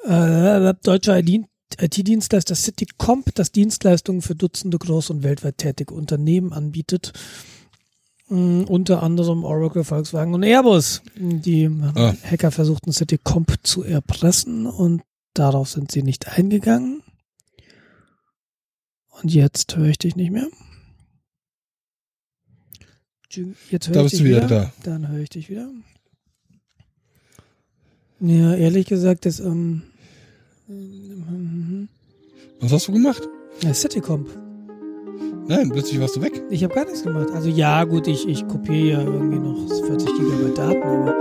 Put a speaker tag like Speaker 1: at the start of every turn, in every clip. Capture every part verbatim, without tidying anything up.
Speaker 1: Äh, deutscher I T-Dienstleister Citycomp, das Dienstleistungen für Dutzende groß und weltweit tätige Unternehmen anbietet. Uh, unter anderem Oracle, Volkswagen und Airbus. Die ah. Hacker versuchten Citycomp zu erpressen und darauf sind sie nicht eingegangen. Und jetzt höre ich dich nicht mehr. Jetzt höre
Speaker 2: da
Speaker 1: ich
Speaker 2: bist
Speaker 1: dich
Speaker 2: du wieder,
Speaker 1: wieder.
Speaker 2: Da.
Speaker 1: Dann höre ich dich wieder. Ja, ehrlich gesagt, das ähm,
Speaker 2: was hast du gemacht?
Speaker 1: Ja, Citycomp.
Speaker 2: Nein, plötzlich warst du weg.
Speaker 1: Ich habe gar nichts gemacht. Also ja, gut, ich, ich kopiere ja irgendwie noch vierzig Gigabyte Daten, aber...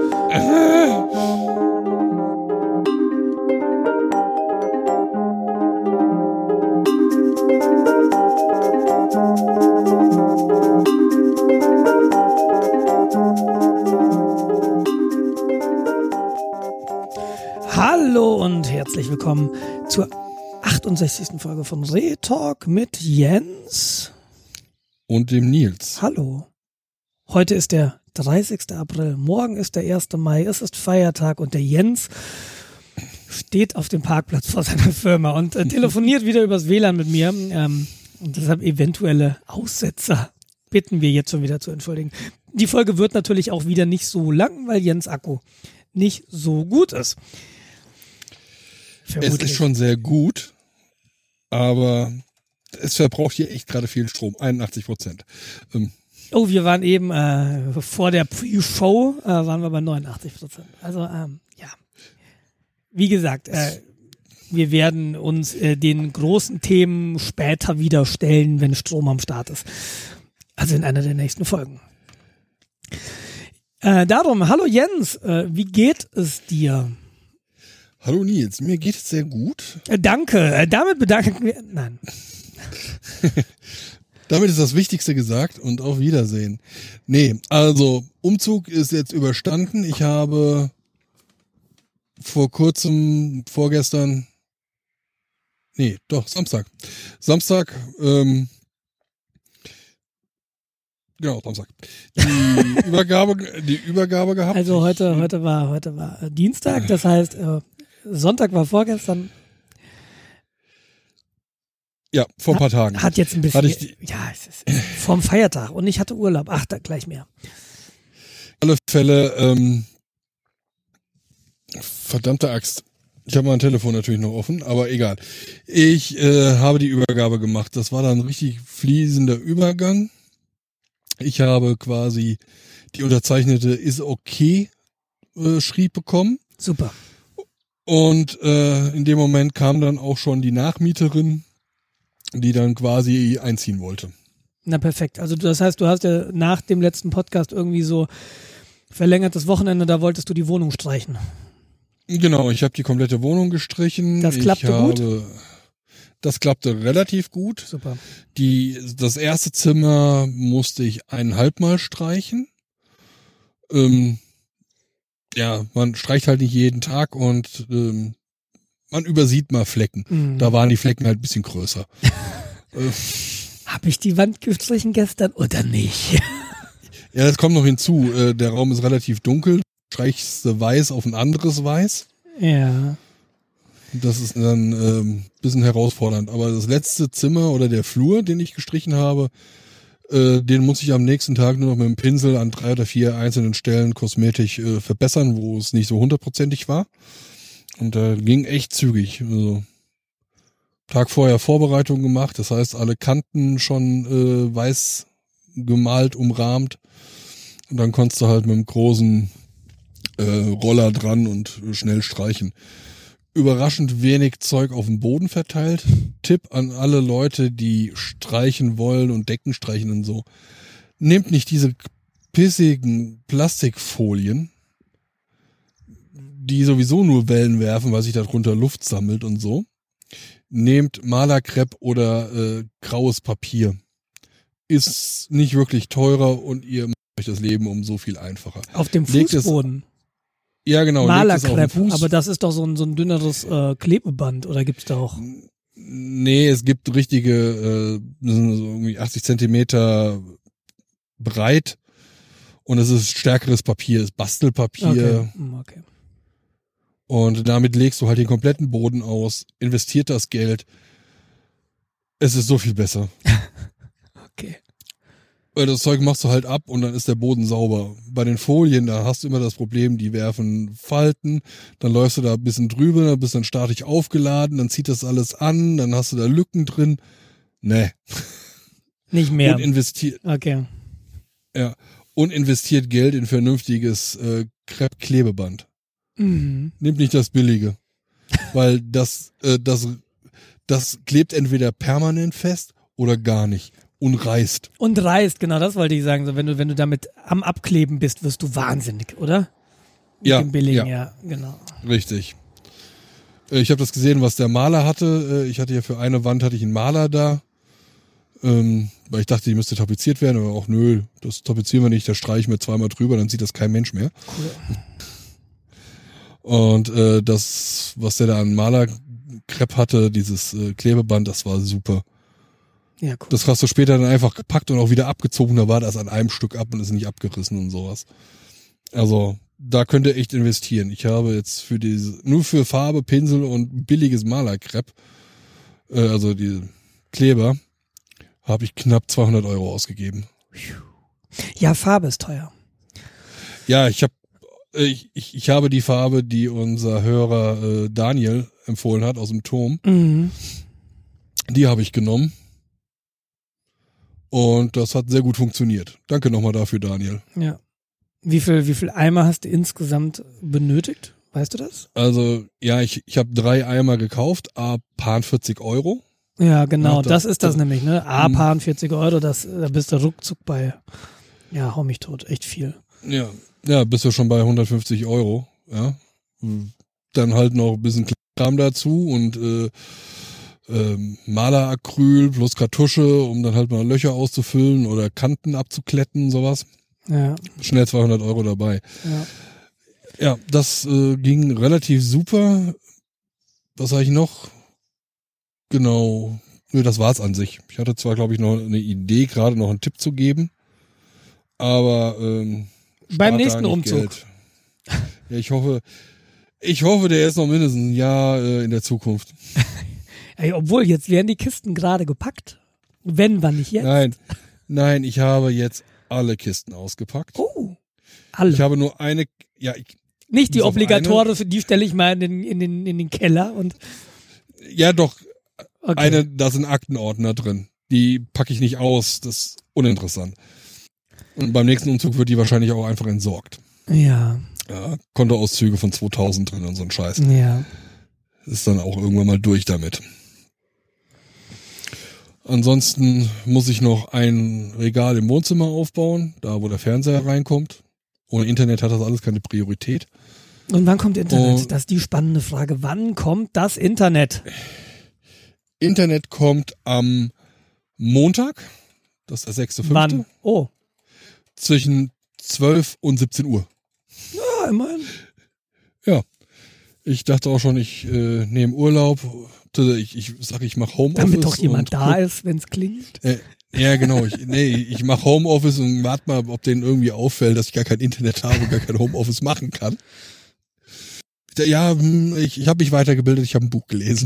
Speaker 1: Hallo und herzlich willkommen zur achtundsechzigsten Folge von Retalk mit Jens
Speaker 2: und dem Nils.
Speaker 1: Hallo. Heute ist der dreißigster April, morgen ist der erster Mai, es ist Feiertag und der Jens steht auf dem Parkplatz vor seiner Firma und äh, telefoniert wieder übers W L A N mit mir. Ähm, und deshalb eventuelle Aussetzer bitten wir jetzt schon wieder zu entschuldigen. Die Folge wird natürlich auch wieder nicht so lang, weil Jens Akku nicht so gut ist.
Speaker 2: Vermutlich. Es ist schon sehr gut, aber es verbraucht hier echt gerade viel Strom, einundachtzig Prozent. Ähm.
Speaker 1: Oh, wir waren eben äh, vor der Pre-Show, äh, waren wir bei neunundachtzig Prozent. Also, ähm, ja. Wie gesagt, äh, wir werden uns äh, den großen Themen später wieder stellen, wenn Strom am Start ist. Also in einer der nächsten Folgen. Äh, darum, hallo Jens, äh, wie geht es dir?
Speaker 2: Hallo Nils, mir geht es sehr gut.
Speaker 1: Äh, danke, äh, damit bedanken wir, nein.
Speaker 2: Damit ist das Wichtigste gesagt und auf Wiedersehen. Nee, also Umzug ist jetzt überstanden. Ich habe vor kurzem, vorgestern, nee, doch, Samstag. Samstag, ähm, genau, Samstag. Die Übergabe, die Übergabe gehabt.
Speaker 1: Also heute, heute war, heute war äh, Dienstag, das heißt, äh, Sonntag war vorgestern.
Speaker 2: Ja, vor ein paar Tagen.
Speaker 1: Hat jetzt ein bisschen,
Speaker 2: hatte ich die,
Speaker 1: ja, es ist vorm Feiertag und ich hatte Urlaub. Ach, da gleich mehr.
Speaker 2: Alle Fälle, ähm, verdammte Axt. Ich habe mein Telefon natürlich noch offen, aber egal. Ich äh, habe die Übergabe gemacht. Das war dann ein richtig fließender Übergang. Ich habe quasi die unterzeichnete ist okay äh, schrieb bekommen.
Speaker 1: Super.
Speaker 2: Und äh, in dem Moment kam dann auch schon die Nachmieterin, die dann quasi einziehen wollte.
Speaker 1: Na perfekt. Also das heißt, du hast ja nach dem letzten Podcast irgendwie so verlängertes Wochenende, da wolltest du die Wohnung streichen.
Speaker 2: Genau, ich habe die komplette Wohnung gestrichen.
Speaker 1: Das klappte
Speaker 2: ich habe,
Speaker 1: gut?
Speaker 2: Das klappte relativ gut.
Speaker 1: Super.
Speaker 2: Die, das erste Zimmer musste ich eineinhalb Mal streichen. Ähm, ja, man streicht halt nicht jeden Tag und ähm, man übersieht mal Flecken. Mhm. Da waren die Flecken halt ein bisschen größer. äh,
Speaker 1: Habe ich die Wand gestrichen gestern oder nicht?
Speaker 2: Ja, das kommt noch hinzu. Äh, der Raum ist relativ dunkel. Streichst du weiß auf ein anderes Weiß.
Speaker 1: Ja.
Speaker 2: Das ist dann ein ähm, bisschen herausfordernd. Aber das letzte Zimmer oder der Flur, den ich gestrichen habe, äh, den muss ich am nächsten Tag nur noch mit dem Pinsel an drei oder vier einzelnen Stellen kosmetisch äh, verbessern, wo es nicht so hundertprozentig war. Und da äh, ging echt zügig. Also Tag vorher Vorbereitung gemacht, das heißt alle Kanten schon äh, weiß gemalt, umrahmt. Und dann konntest du halt mit dem großen äh, Roller dran und äh, schnell streichen. Überraschend wenig Zeug auf dem Boden verteilt. Tipp an alle Leute, die streichen wollen und Decken streichen und so. Nehmt nicht diese pissigen Plastikfolien, die sowieso nur Wellen werfen, weil sich darunter Luft sammelt und so. Nehmt Malerkrepp oder äh, graues Papier. Ist nicht wirklich teurer und ihr macht euch das Leben um so viel einfacher.
Speaker 1: Auf dem
Speaker 2: Legt
Speaker 1: Fußboden?
Speaker 2: Es, ja, genau.
Speaker 1: Malerkrepp, aber das ist doch so ein, so ein dünneres äh, Klebeband, oder gibt's da auch?
Speaker 2: Nee, es gibt richtige, äh, so irgendwie achtzig Zentimeter breit und es ist stärkeres Papier, ist Bastelpapier.
Speaker 1: Okay. Okay.
Speaker 2: Und damit legst du halt den kompletten Boden aus, investiert das Geld. Es ist so viel besser.
Speaker 1: Okay.
Speaker 2: Weil das Zeug machst du halt ab und dann ist der Boden sauber. Bei den Folien, da hast du immer das Problem, die werfen Falten, dann läufst du da ein bisschen drüber, dann bist dann statisch aufgeladen, dann zieht das alles an, dann hast du da Lücken drin. Nee.
Speaker 1: Nicht mehr.
Speaker 2: Und investiert,
Speaker 1: Okay.
Speaker 2: ja, und investiert Geld in vernünftiges äh, Krepp-Klebeband.
Speaker 1: Mhm.
Speaker 2: Nimmt nicht das Billige. Weil das, äh, das, das klebt entweder permanent fest oder gar nicht. Und reißt.
Speaker 1: Und reißt, genau, das wollte ich sagen. So, wenn du, wenn du damit am Abkleben bist, wirst du wahnsinnig, oder? Mit
Speaker 2: Ja,
Speaker 1: dem Billigen,
Speaker 2: ja.
Speaker 1: ja, genau.
Speaker 2: Richtig. Äh, Ich habe das gesehen, was der Maler hatte. Äh, Ich hatte ja für eine Wand hatte ich einen Maler da. Ähm, weil ich dachte, die müsste tapeziert werden. Aber auch nö, das tapezieren wir nicht. Da streichen wir zweimal drüber, dann sieht das kein Mensch mehr.
Speaker 1: Cool.
Speaker 2: Und äh, das, was der da an Malerkrepp hatte, dieses äh, Klebeband, das war super.
Speaker 1: Ja, cool.
Speaker 2: Das hast du später dann einfach gepackt und auch wieder abgezogen, da war das an einem Stück ab und ist nicht abgerissen und sowas. Also, da könnt ihr echt investieren. Ich habe jetzt für diese, nur für Farbe, Pinsel und billiges Malerkrepp, äh, also die Kleber, habe ich knapp zweihundert Euro ausgegeben.
Speaker 1: Ja, Farbe ist teuer.
Speaker 2: Ja, ich habe ich, ich, ich habe die Farbe, die unser Hörer äh, Daniel empfohlen hat aus dem Turm.
Speaker 1: Mhm.
Speaker 2: Die habe ich genommen. Und das hat sehr gut funktioniert. Danke nochmal dafür, Daniel.
Speaker 1: Ja. Wie viel, wie viel Eimer hast du insgesamt benötigt? Weißt du das?
Speaker 2: Also, ja, ich, ich habe drei Eimer gekauft, a paar vierzig Euro.
Speaker 1: Ja, genau,
Speaker 2: Ja,
Speaker 1: das,
Speaker 2: das-
Speaker 1: ist das
Speaker 2: das-
Speaker 1: nämlich, ne? A,
Speaker 2: Mhm.
Speaker 1: paar vierzig Euro, das, da bist du ruckzuck bei, ja, hau mich tot, echt viel.
Speaker 2: Ja, ja, bist du schon bei hundertfünfzig Euro. Ja, dann halt noch ein bisschen Kram dazu und äh, ähm, Maleracryl plus Kartusche, um dann halt mal Löcher auszufüllen oder Kanten abzukletten, sowas.
Speaker 1: Ja,
Speaker 2: Schnell zweihundert Euro dabei.
Speaker 1: ja.
Speaker 2: Ja, das äh, ging relativ super. Was habe ich noch? Genau. Nö, das war's an sich. Ich hatte zwar, glaube ich, noch eine Idee, gerade noch einen Tipp zu geben, aber ähm,
Speaker 1: Beim
Speaker 2: spart da
Speaker 1: nächsten
Speaker 2: nicht
Speaker 1: Umzug.
Speaker 2: Geld. Ja, ich hoffe, ich hoffe, der ist noch mindestens ein Jahr äh, in der Zukunft.
Speaker 1: Ey, obwohl, jetzt werden die Kisten gerade gepackt. Wenn, wann nicht jetzt?
Speaker 2: Nein, nein, ich habe jetzt alle Kisten ausgepackt.
Speaker 1: Oh, alle.
Speaker 2: Ich habe nur eine, ja, ich,
Speaker 1: Nicht die
Speaker 2: bis auf
Speaker 1: obligatorische, die stelle ich mal in den, in den, in den Keller und,
Speaker 2: ja doch,
Speaker 1: okay.
Speaker 2: eine, da sind Aktenordner drin. Die packe ich nicht aus, das ist uninteressant. Und beim nächsten Umzug wird die wahrscheinlich auch einfach entsorgt.
Speaker 1: Ja,
Speaker 2: Ja, Kontoauszüge von zweitausend drin und so ein Scheiß.
Speaker 1: ja.
Speaker 2: Ist dann auch irgendwann mal durch damit. Ansonsten muss ich noch ein Regal im Wohnzimmer aufbauen, da wo der Fernseher reinkommt. Ohne Internet hat das alles keine Priorität.
Speaker 1: Und wann kommt Internet?
Speaker 2: Oh.
Speaker 1: Das ist die spannende Frage. Wann kommt das Internet?
Speaker 2: Internet kommt am Montag, das ist der sechste fünfte
Speaker 1: Wann? Oh,
Speaker 2: zwischen zwölf und siebzehn Uhr.
Speaker 1: ja, immerhin.
Speaker 2: Ja, ich dachte auch schon, ich äh, nehme Urlaub. Ich, ich sage, ich mache Homeoffice.
Speaker 1: Damit doch jemand
Speaker 2: und
Speaker 1: da
Speaker 2: guck-
Speaker 1: ist, wenn es klingelt.
Speaker 2: Äh, ja, genau. Ich, nee, ich mache Homeoffice und warte mal, ob denen irgendwie auffällt, dass ich gar kein Internet habe und gar kein Homeoffice machen kann. Ja, hm, ich, ich habe mich weitergebildet, ich habe ein Buch gelesen.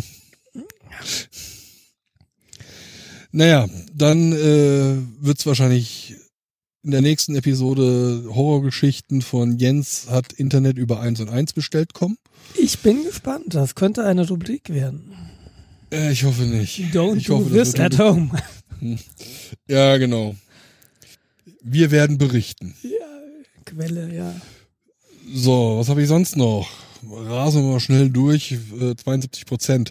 Speaker 2: Naja, dann äh, wird's wahrscheinlich in der nächsten Episode Horrorgeschichten von Jens hat Internet über eins und eins bestellt kommen.
Speaker 1: Ich bin gespannt. Das könnte eine Rubrik werden.
Speaker 2: Äh, ich hoffe nicht.
Speaker 1: Don't
Speaker 2: ich
Speaker 1: do
Speaker 2: hoffe,
Speaker 1: this
Speaker 2: das wird
Speaker 1: at home.
Speaker 2: Ja, genau. Wir werden berichten.
Speaker 1: Quelle, ja.
Speaker 2: So, was habe ich sonst noch? Rasen wir mal schnell durch. Äh, zweiundsiebzig Prozent.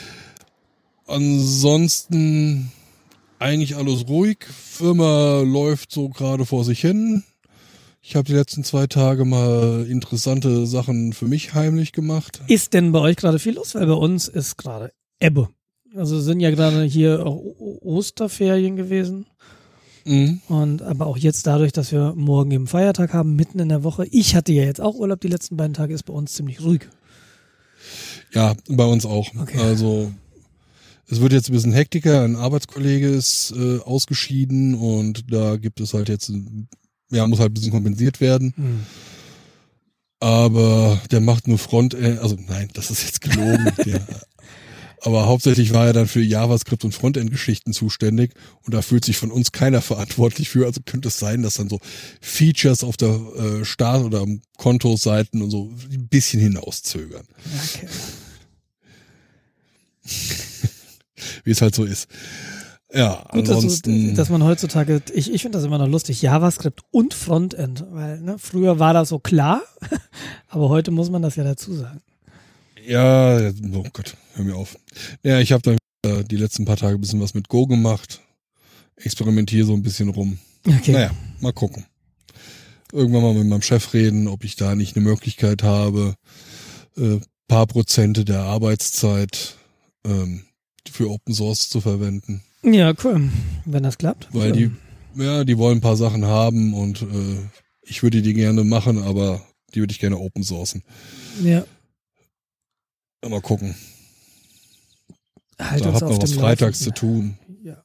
Speaker 2: Ansonsten eigentlich alles ruhig. Firma läuft so gerade vor sich hin. Ich habe die letzten zwei Tage mal interessante Sachen für mich heimlich gemacht.
Speaker 1: Ist denn bei euch gerade viel los? Weil bei uns ist gerade Ebbe. Also sind ja gerade hier auch O- Osterferien gewesen.
Speaker 2: Mhm.
Speaker 1: Und aber auch jetzt dadurch, dass wir morgen eben Feiertag haben, mitten in der Woche. Ich hatte ja jetzt auch Urlaub die letzten beiden Tage, ist bei uns ziemlich ruhig.
Speaker 2: Ja, bei uns auch.
Speaker 1: Okay.
Speaker 2: Also es wird jetzt ein bisschen Hektiker. Ein Arbeitskollege ist äh, ausgeschieden und da gibt es halt jetzt, ja, muss halt ein bisschen kompensiert werden.
Speaker 1: Hm.
Speaker 2: aber der macht nur Frontend, also nein, das ist jetzt gelogen. der, aber hauptsächlich war er dann für JavaScript und Frontend-Geschichten zuständig und da fühlt sich von uns keiner verantwortlich für. Also könnte es sein, dass dann so Features auf der äh, Start- oder Kontoseiten und so ein bisschen hinauszögern.
Speaker 1: Okay.
Speaker 2: Wie es halt so ist. Ja,
Speaker 1: Gut,
Speaker 2: ansonsten.
Speaker 1: Dass, dass man heutzutage, ich, ich finde das immer noch lustig, JavaScript und Frontend, weil ne, früher war das so klar, aber heute muss man das ja dazu sagen.
Speaker 2: Ja, oh Gott, hör mir auf. Ja, ich habe dann äh, die letzten paar Tage ein bisschen was mit Go gemacht, experimentiere so ein bisschen rum.
Speaker 1: Okay.
Speaker 2: Naja, mal gucken. Irgendwann mal mit meinem Chef reden, ob ich da nicht eine Möglichkeit habe, äh, paar Prozente der Arbeitszeit ähm, für Open Source zu verwenden.
Speaker 1: Ja, cool. Wenn das klappt.
Speaker 2: Weil
Speaker 1: cool.
Speaker 2: die, ja, die wollen ein paar Sachen haben und äh, ich würde die gerne machen, aber die würde ich gerne open sourcen.
Speaker 1: Ja.
Speaker 2: Mal gucken.
Speaker 1: Halt
Speaker 2: da
Speaker 1: uns
Speaker 2: hat
Speaker 1: auf
Speaker 2: noch was
Speaker 1: dem
Speaker 2: freitags zu
Speaker 1: Laufenden.
Speaker 2: tun.
Speaker 1: Ja.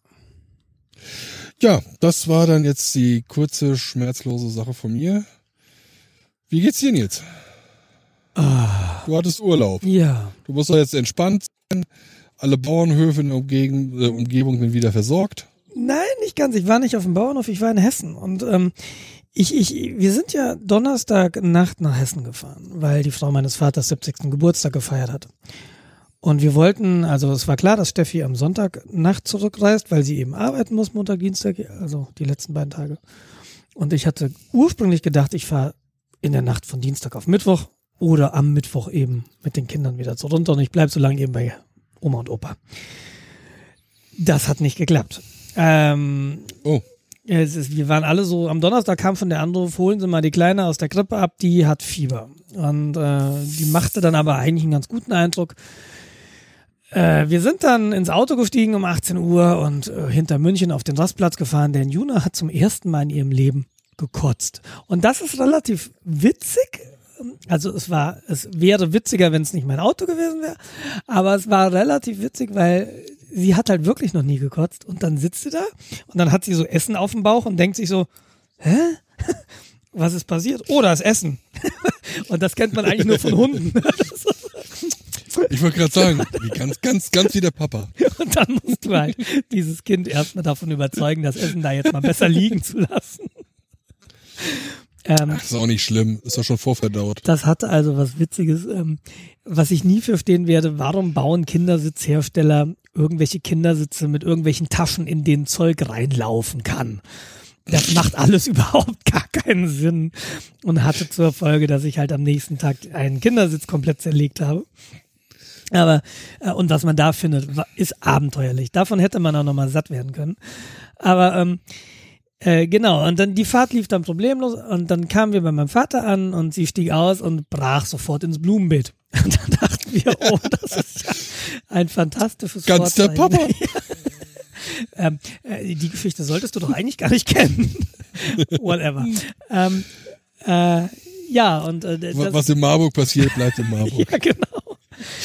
Speaker 2: Ja, das war dann jetzt die kurze, schmerzlose Sache von mir. Wie geht's dir denn jetzt?
Speaker 1: Ah,
Speaker 2: Du hattest Urlaub.
Speaker 1: ja.
Speaker 2: Du musst doch jetzt entspannt sein. Alle Bauernhöfe in der Umgegend, äh, Umgebung sind wieder versorgt.
Speaker 1: Nein, nicht ganz. Ich war nicht auf dem Bauernhof, ich war in Hessen. Und ähm, ich, ich, wir sind ja Donnerstagnacht nach Hessen gefahren, weil die Frau meines Vaters siebzigsten Geburtstag gefeiert hat. Und wir wollten, also es war klar, dass Steffi am Sonntagnacht zurückreist, weil sie eben arbeiten muss, Montag, Dienstag, also die letzten beiden Tage. Und ich hatte ursprünglich gedacht, ich fahre in der Nacht von Dienstag auf Mittwoch oder am Mittwoch eben mit den Kindern wieder so runter und ich bleibe so lange eben bei Oma und Opa. Das hat nicht geklappt. Ähm,
Speaker 2: Oh.
Speaker 1: es ist, wir waren alle so, am Donnerstag kam von der Anruf, holen Sie mal die Kleine aus der Krippe ab, die hat Fieber. Und äh, die machte dann aber eigentlich einen ganz guten Eindruck. Äh, wir sind dann ins Auto gestiegen um achtzehn Uhr und äh, hinter München auf den Rastplatz gefahren, denn Juna hat zum ersten Mal in ihrem Leben gekotzt. Und das ist relativ witzig. Also es war, es wäre witziger, wenn es nicht mein Auto gewesen wäre, aber es war relativ witzig, weil sie hat halt wirklich noch nie gekotzt und dann sitzt sie da und dann hat sie so Essen auf dem Bauch und denkt sich so, hä? Was ist passiert? Oh, da ist Essen. Und das kennt man eigentlich nur von Hunden.
Speaker 2: Ich wollte gerade sagen, wie ganz, ganz, ganz wie der Papa.
Speaker 1: Und dann musst du halt dieses Kind erstmal davon überzeugen, das Essen da jetzt mal besser liegen zu lassen. Ähm,
Speaker 2: Ach, ist auch nicht schlimm, ist doch schon vorverdaut.
Speaker 1: Das hatte also was Witziges, ähm, was ich nie verstehen werde. Warum bauen Kindersitzhersteller irgendwelche Kindersitze mit irgendwelchen Taschen, in denen Zeug reinlaufen kann? Das macht alles überhaupt gar keinen Sinn und hatte zur Folge, dass ich halt am nächsten Tag einen Kindersitz komplett zerlegt habe. Aber, äh, und was man da findet, ist abenteuerlich. Davon hätte man auch nochmal satt werden können. Aber, ähm, Äh, genau, und dann die Fahrt lief dann problemlos und dann kamen wir bei meinem Vater an und sie stieg aus und brach sofort ins Blumenbeet. Und dann dachten wir, oh, das ist ja ein fantastisches
Speaker 2: Ganz der Papa.
Speaker 1: ähm, äh, die Geschichte solltest du doch eigentlich gar nicht kennen. Whatever. ähm, äh, ja, und äh, das,
Speaker 2: was in Marburg passiert, bleibt in Marburg.
Speaker 1: Ja, genau.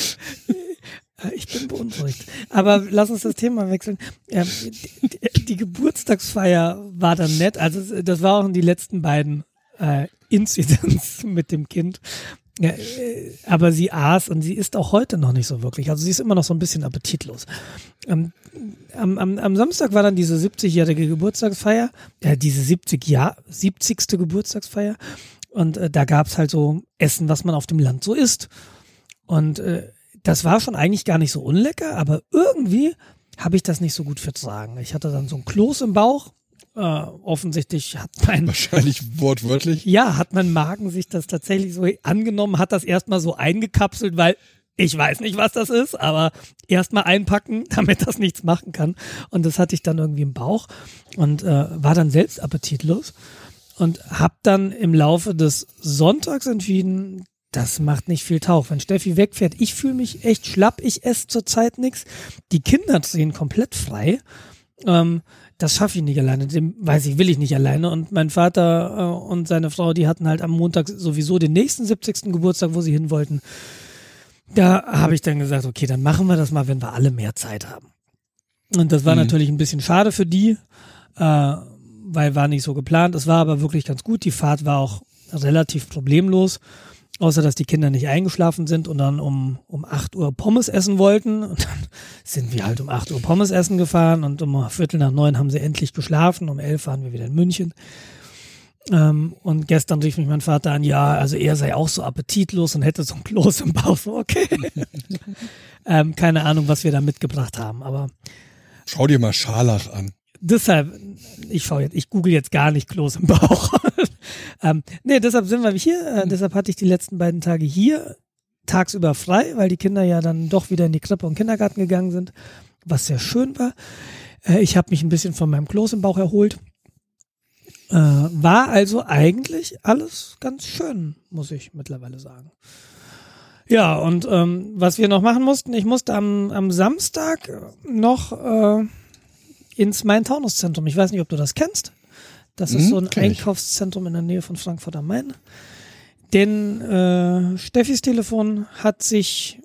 Speaker 1: Ich bin beunruhigt. Aber lass uns das Thema wechseln. Ähm, die, die Geburtstagsfeier war dann nett. Also das war auch in die letzten beiden äh, Incidents mit dem Kind. Ja, äh, aber sie aß und sie isst auch heute noch nicht so wirklich. Also sie ist immer noch so ein bisschen appetitlos. Ähm, am, am, am Samstag war dann diese siebzigjährige Geburtstagsfeier, äh, diese siebzig Jahr, siebzigste Geburtstagsfeier. Und äh, da gab's halt so Essen, was man auf dem Land so isst. Und äh, das war schon eigentlich gar nicht so unlecker, aber irgendwie habe ich das nicht so gut vertragen. Ich hatte dann so ein Kloß im Bauch. Äh, offensichtlich hat mein...
Speaker 2: Wahrscheinlich wortwörtlich.
Speaker 1: Ja, hat mein Magen sich das tatsächlich so angenommen, hat das erstmal so eingekapselt, weil ich weiß nicht, was das ist, aber erstmal einpacken, damit das nichts machen kann. Und das hatte ich dann irgendwie im Bauch und äh, war dann selbst appetitlos und habe dann im Laufe des Sonntags entschieden, das macht nicht viel Tauch. Wenn Steffi wegfährt, ich fühle mich echt schlapp, ich esse zurzeit nichts. Die Kinder sehen komplett frei. Ähm, das schaffe ich nicht alleine, dem weiß ich, will ich nicht alleine. Und mein Vater äh, und seine Frau, die hatten halt am Montag sowieso den nächsten siebzigsten Geburtstag, wo sie hin wollten. Da habe ich dann gesagt, okay, dann machen wir das mal, wenn wir alle mehr Zeit haben. Und das war mhm. natürlich ein bisschen schade für die, äh, weil war nicht so geplant. Es war aber wirklich ganz gut. Die Fahrt war auch relativ problemlos. Außer, dass die Kinder nicht eingeschlafen sind und dann um, um acht Uhr Pommes essen wollten. Und dann sind wir halt um acht Uhr Pommes essen gefahren und um Viertel nach neun haben sie endlich geschlafen. Um elf waren wir wieder in München. Ähm, und gestern rief mich mein Vater an, ja, also er sei auch so appetitlos und hätte so ein Kloß im Bauch. So, okay. ähm, keine Ahnung, was wir da mitgebracht haben, aber.
Speaker 2: Schau dir mal Scharlach an.
Speaker 1: Deshalb, ich schaue jetzt, ich google jetzt gar nicht Kloß im Bauch. ähm, nee, deshalb sind wir hier, äh, deshalb hatte ich die letzten beiden Tage hier tagsüber frei, weil die Kinder ja dann doch wieder in die Krippe und Kindergarten gegangen sind, was sehr schön war. Äh, ich habe mich ein bisschen von meinem Kloß im Bauch erholt. Äh, war also eigentlich alles ganz schön, muss ich mittlerweile sagen. Ja, und ähm, was wir noch machen mussten, ich musste am, am Samstag noch äh, ins Main-Taunus-Zentrum. Ich weiß nicht, ob du das kennst. Das ist
Speaker 2: Hm,
Speaker 1: so ein
Speaker 2: kenn ich.
Speaker 1: Einkaufszentrum in der Nähe von Frankfurt am Main. Denn äh, Steffis Telefon hat sich,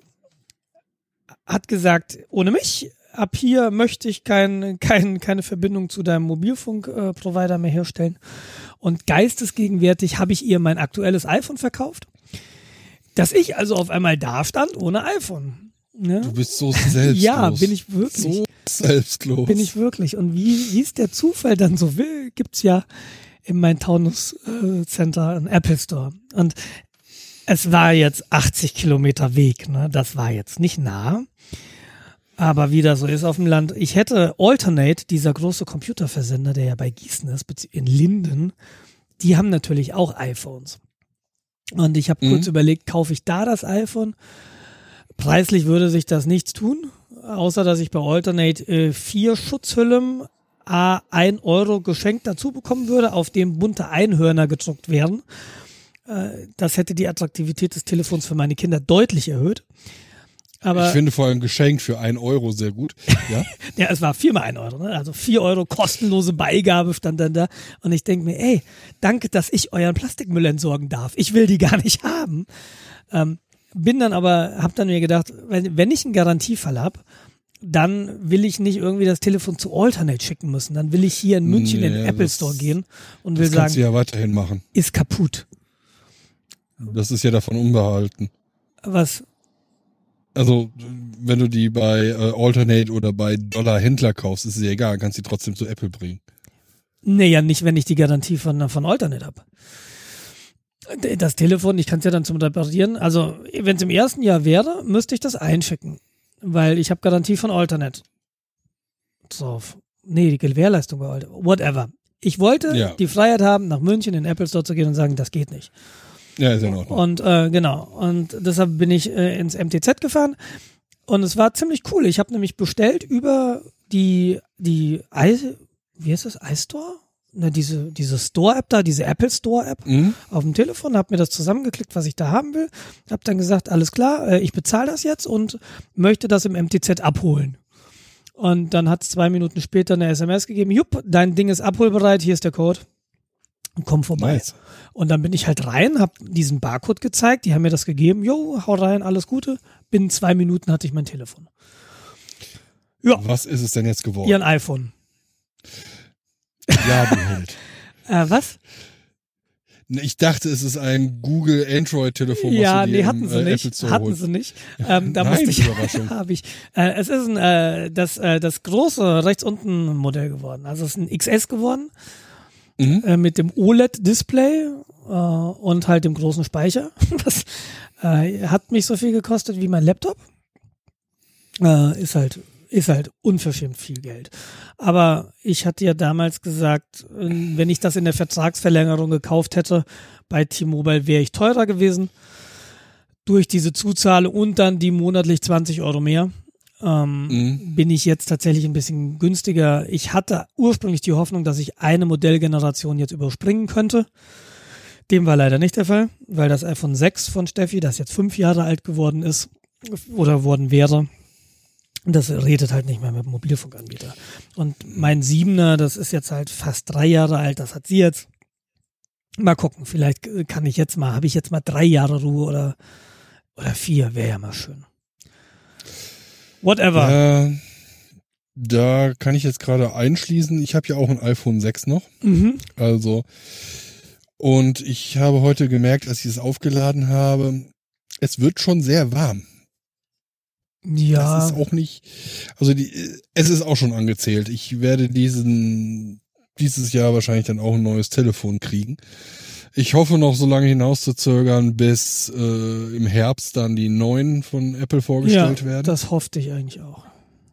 Speaker 1: hat gesagt, ohne mich, ab hier möchte ich kein, kein, keine Verbindung zu deinem Mobilfunk-Provider mehr herstellen. Und geistesgegenwärtig habe ich ihr mein aktuelles iPhone verkauft, dass ich also auf einmal da stand ohne iPhone. Ne?
Speaker 2: Du bist so selbstlos.
Speaker 1: Ja, bin ich wirklich.
Speaker 2: So selbstlos.
Speaker 1: Bin ich wirklich. Und wie wie es der Zufall dann so will, gibt's ja im Main-Taunus-Center einen Apple Store. Und es war jetzt achtzig Kilometer Weg. Ne? Das war jetzt nicht nah. Aber wie das so ist auf dem Land. Ich hätte Alternate, dieser große Computerversender, der ja bei Gießen ist, in Linden, die haben natürlich auch iPhones. Und ich habe mhm. kurz überlegt, kaufe ich da das iPhone? Preislich würde sich das nichts tun, außer dass ich bei Alternate äh, vier Schutzhüllen à ein Euro geschenkt dazu bekommen würde, auf dem bunte Einhörner gedruckt werden. Äh, das hätte die Attraktivität des Telefons für meine Kinder deutlich erhöht. Aber
Speaker 2: ich finde vor allem geschenkt für ein Euro sehr gut. Ja,
Speaker 1: ja, es war viermal ein Euro, ne? Also vier Euro kostenlose Beigabe stand dann da. Und ich denke mir, ey, danke, dass ich euren Plastikmüll entsorgen darf. Ich will die gar nicht haben. Ähm, Bin dann aber, hab dann mir gedacht, wenn, wenn ich einen Garantiefall hab, dann will ich nicht irgendwie das Telefon zu Alternate schicken müssen. Dann will ich hier in München nee, in den Apple
Speaker 2: das,
Speaker 1: Store gehen und will
Speaker 2: das
Speaker 1: sagen,
Speaker 2: kannst du ja weiterhin machen.
Speaker 1: Ist kaputt.
Speaker 2: Das ist ja davon unbehalten.
Speaker 1: Was?
Speaker 2: Also, wenn du die bei äh, Alternate oder bei Dollar Händler kaufst, ist es ja egal, kannst die trotzdem zu Apple bringen.
Speaker 1: Nee, ja nicht, wenn ich die Garantie von, von Alternate hab. Das Telefon, ich kann es ja dann zum Reparieren. Also, wenn es im ersten Jahr wäre, müsste ich das einschicken. Weil ich habe Garantie von Alternate. So, nee, die Gewährleistung bei Alternate. Whatever. Ich wollte
Speaker 2: ja.
Speaker 1: die Freiheit haben, nach München in den Apple Store zu gehen und sagen, das geht nicht.
Speaker 2: Ja, ist ja in Ordnung.
Speaker 1: Und äh, genau. Und deshalb bin ich äh, ins M T Z gefahren. Und es war ziemlich cool. Ich habe nämlich bestellt über die, die I, wie heißt das, iStore? Ne, diese, diese Store-App da, diese Apple Store-App
Speaker 2: mhm.
Speaker 1: auf dem Telefon, habe mir das zusammengeklickt, was ich da haben will, habe dann gesagt, alles klar, äh, ich bezahle das jetzt und möchte das im M T Z abholen. Und dann hat es zwei Minuten später eine S M S gegeben, jupp, dein Ding ist abholbereit, hier ist der Code, komm vorbei.
Speaker 2: Nice.
Speaker 1: Und dann bin ich halt rein, habe diesen Barcode gezeigt, die haben mir das gegeben, jo, hau rein, alles Gute, binnen zwei Minuten hatte ich mein Telefon. Ja.
Speaker 2: Was ist es denn jetzt geworden?
Speaker 1: Ihr ein iPhone.
Speaker 2: Ja, du Held.
Speaker 1: äh, was?
Speaker 2: Ich dachte, es ist ein Google Android-Telefon.
Speaker 1: Ja,
Speaker 2: was du
Speaker 1: nee,
Speaker 2: dir
Speaker 1: hatten
Speaker 2: im,
Speaker 1: sie
Speaker 2: äh,
Speaker 1: nicht.
Speaker 2: Apple Store
Speaker 1: Hatten
Speaker 2: holst.
Speaker 1: sie nicht. Ähm, da
Speaker 2: Nein,
Speaker 1: musste ich,
Speaker 2: Überraschung.
Speaker 1: habe ich. Äh, es ist ein, äh, das, äh, das große rechts unten Modell geworden. Also es ist ein X S geworden.
Speaker 2: Mhm.
Speaker 1: Äh, mit dem O L E D-Display äh, und halt dem großen Speicher. Das äh, hat mich so viel gekostet wie mein Laptop. Äh, ist halt ist halt unverschämt viel Geld. Aber ich hatte ja damals gesagt, wenn ich das in der Vertragsverlängerung gekauft hätte, bei T-Mobile wäre ich teurer gewesen. Durch diese Zuzahlung und dann die monatlich zwanzig Euro mehr. Ähm, mhm. bin ich jetzt tatsächlich ein bisschen günstiger. Ich hatte ursprünglich die Hoffnung, dass ich eine Modellgeneration jetzt überspringen könnte. Dem war leider nicht der Fall, weil das iPhone sechs von Steffi, das jetzt fünf Jahre alt geworden ist oder worden wäre, das redet halt nicht mehr mit dem Mobilfunkanbieter. Und mein Siebener, das ist jetzt halt fast drei Jahre alt, das hat sie jetzt. Mal gucken, vielleicht kann ich jetzt mal, habe ich jetzt mal drei Jahre Ruhe oder, oder vier, wäre ja mal schön. Whatever.
Speaker 2: Ja, da kann ich jetzt gerade einschließen, ich habe ja auch ein iPhone sechs noch.
Speaker 1: Mhm.
Speaker 2: Also Und ich habe heute gemerkt, als ich es aufgeladen habe, es wird schon sehr warm.
Speaker 1: Ja.
Speaker 2: Das ist auch nicht, also die, es ist auch schon angezählt. Ich werde diesen, dieses Jahr wahrscheinlich dann auch ein neues Telefon kriegen. Ich hoffe noch so lange hinauszuzögern, bis äh, im Herbst dann die neuen von Apple vorgestellt
Speaker 1: ja,
Speaker 2: werden.
Speaker 1: Das hoffte ich eigentlich auch.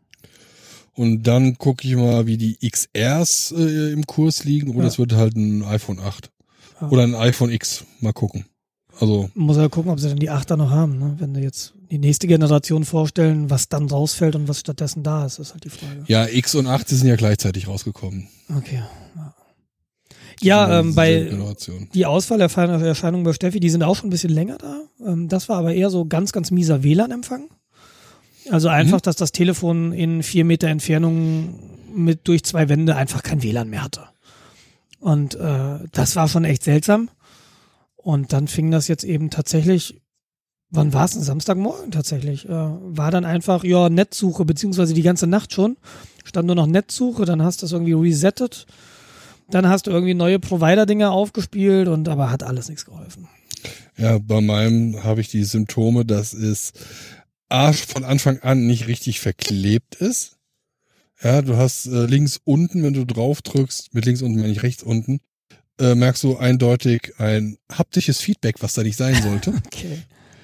Speaker 2: Und dann gucke ich mal, wie die X Rs äh, im Kurs liegen. Oder
Speaker 1: Ja.
Speaker 2: es wird halt ein iPhone acht.
Speaker 1: Ja.
Speaker 2: Oder ein iPhone X. Mal gucken. Also
Speaker 1: Muss ja gucken, ob sie dann die achter noch haben. Ne? Wenn sie jetzt die nächste Generation vorstellen, was dann rausfällt und was stattdessen da ist, ist halt die Frage.
Speaker 2: ja, X und acht, die sind ja gleichzeitig rausgekommen.
Speaker 1: Okay. Ja, ja ähm, bei
Speaker 2: Generation.
Speaker 1: die Ausfallerscheinungen bei Steffi, die sind auch schon ein bisschen länger da. Ähm, das war aber eher so ganz, ganz mieser W L A N-Empfang. Also einfach, mhm. dass das Telefon in vier Meter Entfernung mit durch zwei Wände einfach kein W L A N mehr hatte. Und äh, das war schon echt seltsam. Und dann fing das jetzt eben tatsächlich, wann war es denn? Samstagmorgen tatsächlich. Äh, war dann einfach, ja, Netzsuche, beziehungsweise die ganze Nacht schon. Stand nur noch Netzsuche, dann hast du es irgendwie resettet. Dann hast du irgendwie neue Provider-Dinger aufgespielt und aber hat alles nichts geholfen.
Speaker 2: Ja, bei meinem habe ich die Symptome, dass es A, von Anfang an nicht richtig verklebt ist. Ja, du hast äh, links unten, wenn du drauf drückst, mit links unten meine ich rechts unten, äh, merkst du eindeutig ein haptisches Feedback, was da nicht sein sollte.
Speaker 1: Okay.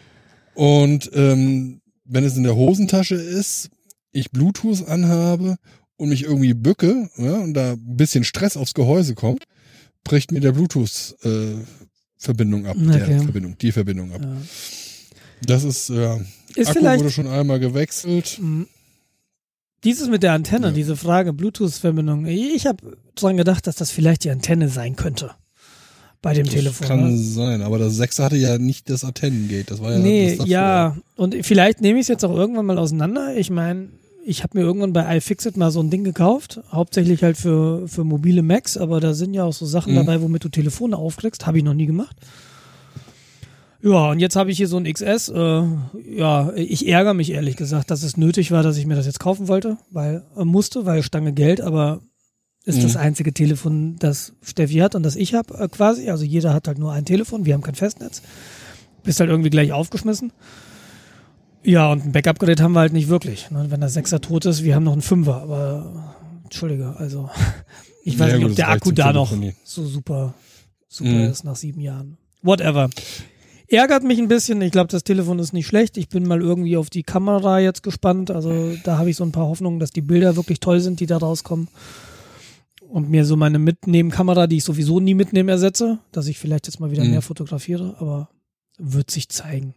Speaker 2: Und ähm, wenn es in der Hosentasche ist, ich Bluetooth anhabe und mich irgendwie bücke, ja, und da ein bisschen Stress aufs Gehäuse kommt, bricht mir der Bluetooth-Verbindung äh, ab.
Speaker 1: Okay.
Speaker 2: Der Verbindung, die Verbindung ab.
Speaker 1: Ja.
Speaker 2: Das ist, ja,
Speaker 1: Ist
Speaker 2: Akku
Speaker 1: vielleicht,
Speaker 2: wurde schon einmal gewechselt.
Speaker 1: Dieses mit der Antenne,
Speaker 2: Ja.
Speaker 1: diese Frage, Bluetooth-Verbindung, ich habe dran gedacht, dass das vielleicht die Antenne sein könnte. Bei dem
Speaker 2: Das
Speaker 1: Telefon.
Speaker 2: kann
Speaker 1: ne?
Speaker 2: sein, aber das sechser hatte ja nicht das Antennengate. Das war ja
Speaker 1: Nee,
Speaker 2: das davor.
Speaker 1: ja. Und vielleicht nehme ich es jetzt auch irgendwann mal auseinander. Ich meine, ich habe mir irgendwann bei iFixit mal so ein Ding gekauft, hauptsächlich halt für, für mobile Macs, aber da sind ja auch so Sachen
Speaker 2: Mhm.
Speaker 1: dabei, womit du Telefone aufkriegst. Habe ich noch nie gemacht. Ja, und jetzt habe ich hier so ein X S. Äh, ja, ich ärgere mich ehrlich gesagt, dass es nötig war, dass ich mir das jetzt kaufen wollte, weil äh, musste, weil Stange Geld, aber ist
Speaker 2: Mhm.
Speaker 1: das einzige Telefon, das Steffi hat und das ich habe äh, quasi. Also jeder hat halt nur ein Telefon, wir haben kein Festnetz. Bist halt irgendwie gleich aufgeschmissen. Ja, und ein Backup-Gerät haben wir halt nicht wirklich. Ne? Wenn der Sechser tot ist, wir haben noch einen Fünfer, aber Entschuldige, also ich weiß
Speaker 2: Ja,
Speaker 1: nicht,
Speaker 2: gut,
Speaker 1: ob der
Speaker 2: das reicht
Speaker 1: Akku
Speaker 2: zum
Speaker 1: da noch
Speaker 2: Telefonieren.
Speaker 1: so super, super
Speaker 2: Mhm.
Speaker 1: ist nach sieben Jahren. Whatever. Ärgert mich ein bisschen. Ich glaube, das Telefon ist nicht schlecht. Ich bin mal irgendwie auf die Kamera jetzt gespannt. Also da habe ich so ein paar Hoffnungen, dass die Bilder wirklich toll sind, die da rauskommen. Und mir so meine Mitnehmen-Kamera, die ich sowieso nie mitnehmen, ersetze. Dass ich vielleicht jetzt mal wieder
Speaker 2: Mhm.
Speaker 1: mehr fotografiere, aber wird sich zeigen.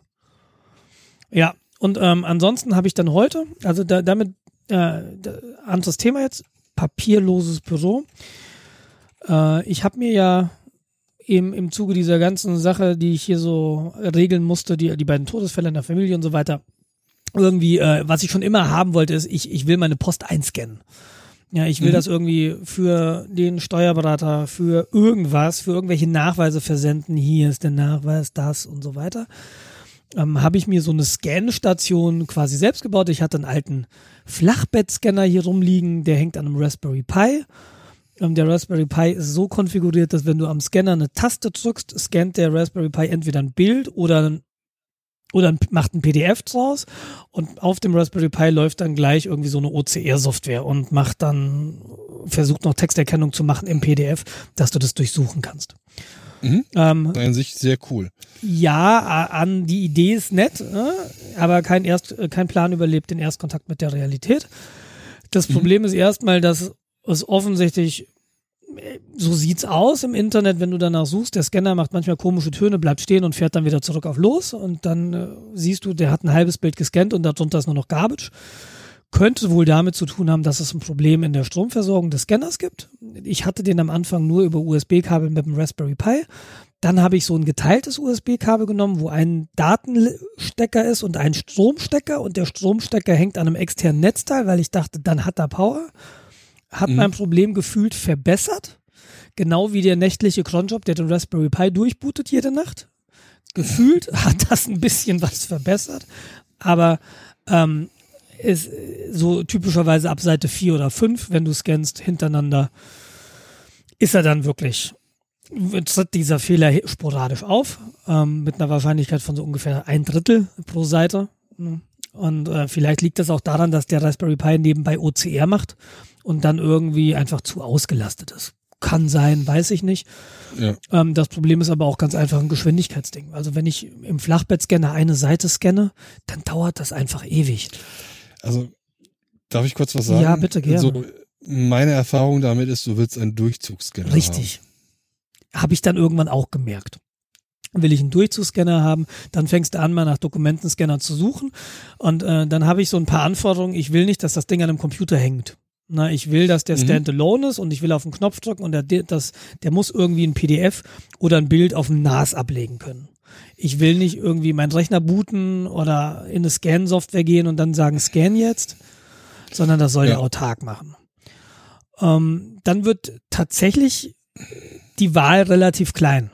Speaker 1: Ja, und ähm, ansonsten habe ich dann heute, also da, damit, äh, da, anderes Thema jetzt, papierloses Büro. Äh, ich habe mir ja Im, im Zuge dieser ganzen Sache, die ich hier so regeln musste, die, die beiden Todesfälle in der Familie und so weiter, irgendwie, äh, was ich schon immer haben wollte, ist, ich, ich will meine Post einscannen. Ja, ich will
Speaker 2: Mhm.
Speaker 1: das irgendwie für den Steuerberater, für irgendwas, für irgendwelche Nachweise versenden. Hier ist der Nachweis, das und so weiter. Ähm, habe ich mir so eine Scanstation quasi selbst gebaut. Ich hatte einen alten Flachbettscanner hier rumliegen, der hängt an einem Raspberry Pi. Der Raspberry Pi ist so konfiguriert, dass wenn du am Scanner eine Taste drückst, scannt der Raspberry Pi entweder ein Bild oder, oder macht ein P D F draus und auf dem Raspberry Pi läuft dann gleich irgendwie so eine O C R-Software und macht dann, versucht noch Texterkennung zu machen im P D F, dass du das durchsuchen kannst.
Speaker 2: Mhm.
Speaker 1: Ähm,
Speaker 2: In sich sehr cool.
Speaker 1: ja, an die Idee ist nett, äh, aber kein, Erst, kein Plan überlebt den Erstkontakt mit der Realität. Das
Speaker 2: Mhm.
Speaker 1: Problem ist erstmal, dass es offensichtlich, so sieht's aus im Internet, wenn du danach suchst, der Scanner macht manchmal komische Töne, bleibt stehen und fährt dann wieder zurück auf los und dann äh, siehst du, der hat ein halbes Bild gescannt und darunter ist nur noch Garbage. Könnte wohl damit zu tun haben, dass es ein Problem in der Stromversorgung des Scanners gibt. Ich hatte den am Anfang nur über U S B-Kabel mit dem Raspberry Pi. Dann habe ich so ein geteiltes U S B-Kabel genommen, wo ein Datenstecker ist und ein Stromstecker und der Stromstecker hängt an einem externen Netzteil, weil ich dachte, dann hat er Power. Hat
Speaker 2: Mhm.
Speaker 1: mein Problem gefühlt verbessert. Genau wie der nächtliche Cronjob, der den Raspberry Pi durchbootet jede Nacht. Gefühlt hat das ein bisschen was verbessert. Aber ähm, ist so typischerweise ab Seite vier oder fünf, wenn du scannst hintereinander, ist er dann wirklich tritt dieser Fehler sporadisch auf, ähm, mit einer Wahrscheinlichkeit von so ungefähr ein Drittel pro Seite. Und äh, vielleicht liegt das auch daran, dass der Raspberry Pi nebenbei O C R macht und dann irgendwie einfach zu ausgelastet ist. Kann sein, weiß ich nicht.
Speaker 2: Ja.
Speaker 1: Ähm, das Problem ist aber auch ganz einfach ein Geschwindigkeitsding. Also wenn ich im Flachbettscanner eine Seite scanne, dann dauert das einfach ewig.
Speaker 2: Also darf ich kurz was sagen?
Speaker 1: Ja, bitte, gerne.
Speaker 2: Also, meine Erfahrung damit ist, du willst einen Durchzugsscanner
Speaker 1: Richtig. Haben. Habe ich dann irgendwann auch gemerkt. Will ich einen Durchzugsscanner haben, dann fängst du an, mal nach Dokumentenscanner zu suchen und äh, dann habe ich so ein paar Anforderungen. Ich will nicht, dass das Ding an einem Computer hängt. Na, ich will, dass der
Speaker 2: Mhm.
Speaker 1: Standalone ist und ich will auf den Knopf drücken und der, das, der muss irgendwie ein P D F oder ein Bild auf dem N A S ablegen können. Ich will nicht irgendwie meinen Rechner booten oder in eine Scan-Software gehen und dann sagen, scan jetzt, sondern das soll
Speaker 2: Ja.
Speaker 1: der autark machen. Ähm, dann wird tatsächlich die Wahl relativ klein.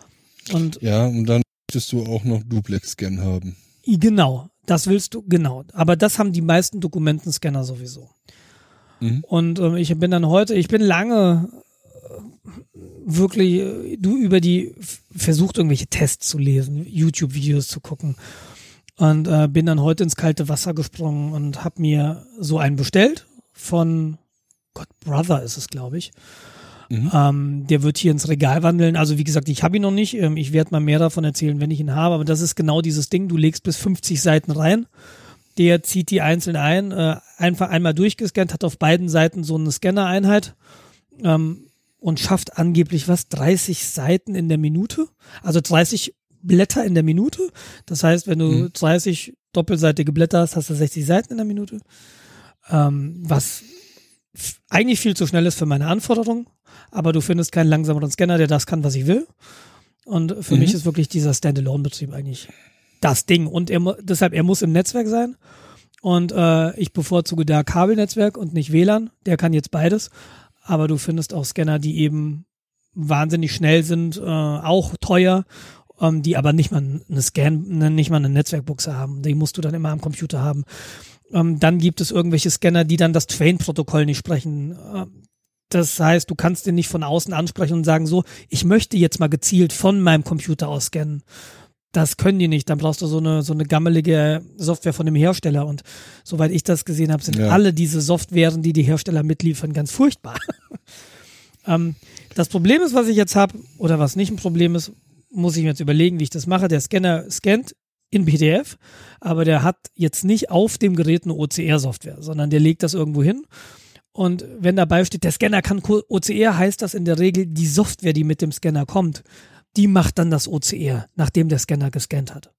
Speaker 1: Und
Speaker 2: Ja, und dann möchtest du auch noch Duplex-Scan haben.
Speaker 1: genau, das willst du, genau. Aber das haben die meisten Dokumentenscanner sowieso.
Speaker 2: Mhm.
Speaker 1: Und ähm, ich bin dann heute, ich bin lange äh, wirklich, äh, du über die, f- versucht irgendwelche Tests zu lesen, YouTube-Videos zu gucken und äh, bin dann heute ins kalte Wasser gesprungen und habe mir so einen bestellt von Gott, Brother ist es, glaube ich.
Speaker 2: Mhm.
Speaker 1: Ähm, der wird hier ins Regal wandeln. Also wie gesagt, ich habe ihn noch nicht. Ähm, ich werde mal mehr davon erzählen, wenn ich ihn habe. Aber das ist genau dieses Ding. Du legst bis fünfzig Seiten rein. Der zieht die einzeln ein. Äh, einfach einmal durchgescannt, hat auf beiden Seiten so eine Scanner-Einheit ähm, und schafft angeblich was, dreißig Seiten in der Minute. Also dreißig Blätter in der Minute. Das heißt, wenn du
Speaker 2: Mhm.
Speaker 1: dreißig doppelseitige Blätter hast, hast du sechzig Seiten in der Minute. Ähm, was f- eigentlich viel zu schnell ist für meine Anforderungen. Aber du findest keinen langsameren Scanner, der das kann, was ich will. Und für
Speaker 2: Mhm.
Speaker 1: mich ist wirklich dieser Standalone-Betrieb eigentlich das Ding. Und er, mu- deshalb, er muss im Netzwerk sein. Und äh, ich bevorzuge da Kabelnetzwerk und nicht W L A N. Der kann jetzt beides. Aber du findest auch Scanner, die eben wahnsinnig schnell sind, äh, auch teuer, ähm, die aber nicht mal eine Scan, ne, nicht mal eine Netzwerkbuchse haben. Die musst du dann immer am Computer haben. Ähm, dann gibt es irgendwelche Scanner, die dann das Train-Protokoll nicht sprechen. Ähm, Das heißt, du kannst den nicht von außen ansprechen und sagen so, ich möchte jetzt mal gezielt von meinem Computer aus scannen. Das können die nicht. Dann brauchst du so eine so eine gammelige Software von dem Hersteller. Und soweit ich das gesehen habe, sind
Speaker 2: Ja.
Speaker 1: alle diese Softwaren, die die Hersteller mitliefern, ganz furchtbar. ähm, das Problem ist, was ich jetzt habe, oder was nicht ein Problem ist, muss ich mir jetzt überlegen, wie ich das mache. Der Scanner scannt in P D F, aber der hat jetzt nicht auf dem Gerät eine O C R-Software, sondern der legt das irgendwo hin. Und wenn dabei steht, der Scanner kann O C R, heißt das in der Regel, die Software, die mit dem Scanner kommt, die macht dann das O C R, nachdem der Scanner gescannt hat.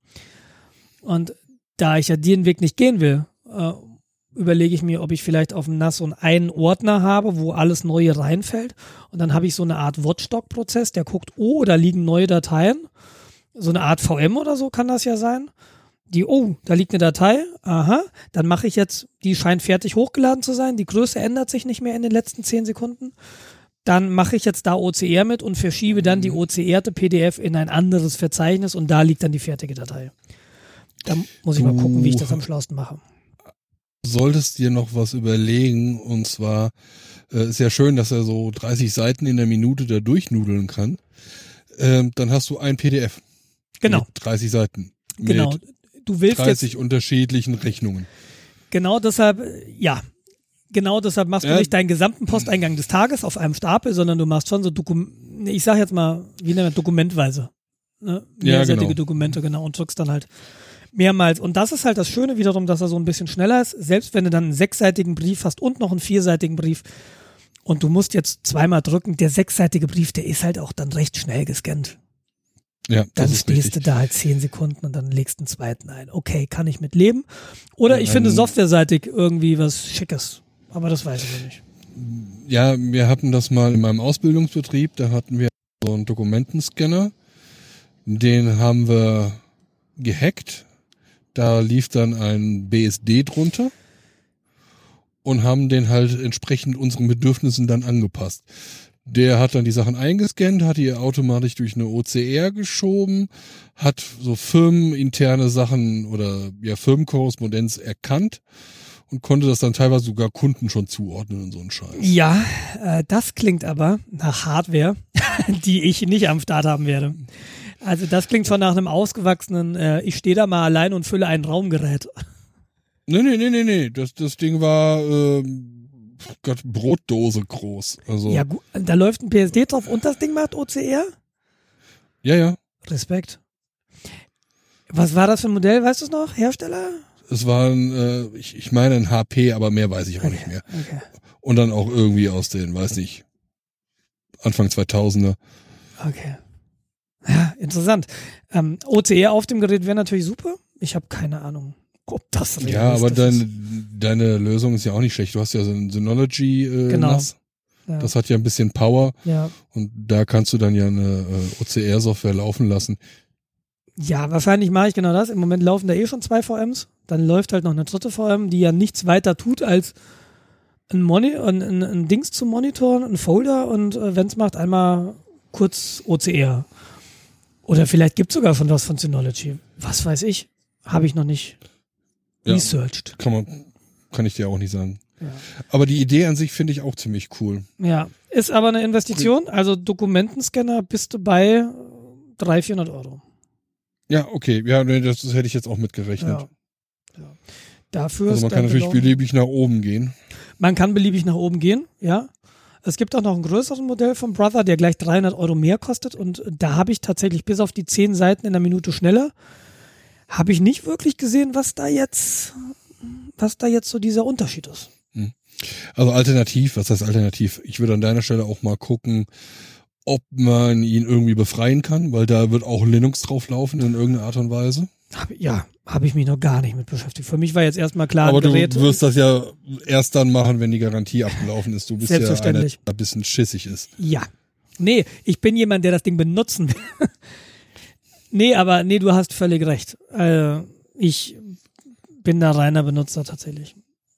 Speaker 1: Und da ich ja den Weg nicht gehen will, äh, überlege ich mir, ob ich vielleicht auf dem N A S so einen Ordner habe, wo alles Neue reinfällt. Und dann habe ich so eine Art Watchdog-Prozess, der guckt, oh, da liegen neue Dateien. So eine Art V M oder so kann das ja sein. Die, oh, da liegt eine Datei, aha, dann mache ich jetzt, die scheint fertig hochgeladen zu sein, die Größe ändert sich nicht mehr in den letzten zehn Sekunden. Dann mache ich jetzt da O C R mit und verschiebe dann die O C R-te P D F in ein anderes Verzeichnis und da liegt dann die fertige Datei. Da muss ich mal gucken, wie ich das am schlausten mache.
Speaker 2: Solltest dir noch was überlegen, und zwar äh, ist ja schön, dass er so dreißig Seiten in der Minute da durchnudeln kann. Ähm, dann hast du ein P D F.
Speaker 1: Genau.
Speaker 2: Mit dreißig Seiten.
Speaker 1: Genau.
Speaker 2: Mit
Speaker 1: Du willst
Speaker 2: dreißig
Speaker 1: jetzt,
Speaker 2: unterschiedlichen Rechnungen.
Speaker 1: genau deshalb, ja, genau deshalb machst du
Speaker 2: Ja.
Speaker 1: nicht deinen gesamten Posteingang des Tages auf einem Stapel, sondern du machst schon so Dokum, ich sag jetzt mal, wie nennt man, dokumentweise. Ne?
Speaker 2: Ja,
Speaker 1: Mehrseitige
Speaker 2: genau.
Speaker 1: Dokumente, genau, und drückst dann halt mehrmals. Und das ist halt das Schöne wiederum, dass er so ein bisschen schneller ist, selbst wenn du dann einen sechsseitigen Brief hast und noch einen vierseitigen Brief und du musst jetzt zweimal drücken, der sechsseitige Brief, der ist halt auch dann recht schnell gescannt.
Speaker 2: Ja,
Speaker 1: Dann
Speaker 2: das ist
Speaker 1: stehst
Speaker 2: richtig.
Speaker 1: du da halt zehn Sekunden und dann legst einen zweiten ein. Okay, kann ich mit leben. Oder ich
Speaker 2: Ja,
Speaker 1: finde
Speaker 2: ähm,
Speaker 1: softwareseitig irgendwie was Schickes. Aber das weiß ich noch nicht.
Speaker 2: Ja, wir hatten das mal in meinem Ausbildungsbetrieb, da hatten wir so einen Dokumentenscanner, den haben wir gehackt, da lief dann ein B S D drunter und haben den halt entsprechend unseren Bedürfnissen dann angepasst. Der hat dann die Sachen eingescannt, hat die automatisch durch eine O C R geschoben, hat so firmeninterne Sachen oder ja Firmenkorrespondenz erkannt und konnte das dann teilweise sogar Kunden schon zuordnen und so einen Scheiß.
Speaker 1: Ja, äh, das klingt aber nach Hardware, die ich nicht am Start haben werde. Also das klingt schon nach einem ausgewachsenen, äh, ich stehe da mal allein und fülle ein Raumgerät.
Speaker 2: Nee, nee, nee, nee, nee. Das, das Ding war ähm, Gott, Brotdose groß. Also,
Speaker 1: Ja gut, da läuft ein P S D drauf und das Ding macht O C R?
Speaker 2: ja, ja.
Speaker 1: Respekt. Was war das für ein Modell, weißt du es noch? Hersteller?
Speaker 2: Es war ein, äh, ich, ich meine ein H P, aber mehr weiß ich auch
Speaker 1: Okay,
Speaker 2: nicht mehr.
Speaker 1: Okay.
Speaker 2: Und dann auch irgendwie aus den, weiß nicht, Anfang zweitausender.
Speaker 1: Okay. Ja, interessant. Ähm, O C R auf dem Gerät wäre natürlich super. Ich habe keine Ahnung, ob das realistisch
Speaker 2: Ja, aber
Speaker 1: ist.
Speaker 2: deine, deine Lösung ist ja auch nicht schlecht. Du hast ja so ein Synology äh,
Speaker 1: Genau.
Speaker 2: N A S.
Speaker 1: Ja.
Speaker 2: Das hat ja ein bisschen Power
Speaker 1: Ja.
Speaker 2: und da kannst du dann ja eine äh, O C R-Software laufen lassen.
Speaker 1: ja, wahrscheinlich mache ich genau das. Im Moment laufen da eh schon zwei V Ms. Dann läuft halt noch eine dritte V M, die ja nichts weiter tut, als ein, Moni ein, ein, ein Dings zu monitoren, ein Folder und äh, wenn es macht, einmal kurz O C R. Oder vielleicht gibt es sogar schon was von Synology. Was weiß ich. Habe ich noch nicht
Speaker 2: Ja.
Speaker 1: researched.
Speaker 2: Kann man, kann ich dir auch nicht sagen.
Speaker 1: Ja.
Speaker 2: Aber die Idee an sich finde ich auch ziemlich cool.
Speaker 1: Ja, ist aber eine Investition. Also Dokumentenscanner bist du bei dreihundert, vierhundert Euro.
Speaker 2: Ja, okay. Ja, nee, das, das hätte ich jetzt auch mitgerechnet.
Speaker 1: Ja. Ja. Dafür
Speaker 2: Also man
Speaker 1: ist
Speaker 2: kann
Speaker 1: dann
Speaker 2: natürlich
Speaker 1: genau-
Speaker 2: beliebig nach oben gehen.
Speaker 1: Man kann beliebig nach oben gehen, ja. Es gibt auch noch ein größeres Modell vom Brother, der gleich dreihundert Euro mehr kostet und da habe ich tatsächlich bis auf die zehn Seiten in einer Minute schneller, habe ich nicht wirklich gesehen, was da jetzt, was da jetzt so dieser Unterschied ist.
Speaker 2: Also alternativ, was heißt alternativ? Ich würde an deiner Stelle auch mal gucken, ob man ihn irgendwie befreien kann, weil da wird auch Linux drauf laufen in irgendeiner Art und Weise.
Speaker 1: Hab, ja, habe ich mich noch gar nicht mit beschäftigt. Für mich war jetzt erstmal klar,
Speaker 2: Aber du
Speaker 1: Geräte.
Speaker 2: wirst das ja erst dann machen, wenn die Garantie abgelaufen ist. Du bist ja einer,
Speaker 1: Selbstverständlich.
Speaker 2: der ein bisschen schissig ist.
Speaker 1: Ja. Nee, ich bin jemand, der das Ding benutzen will. nee, aber nee, du hast völlig recht. Äh, ich bin da reiner Benutzer tatsächlich.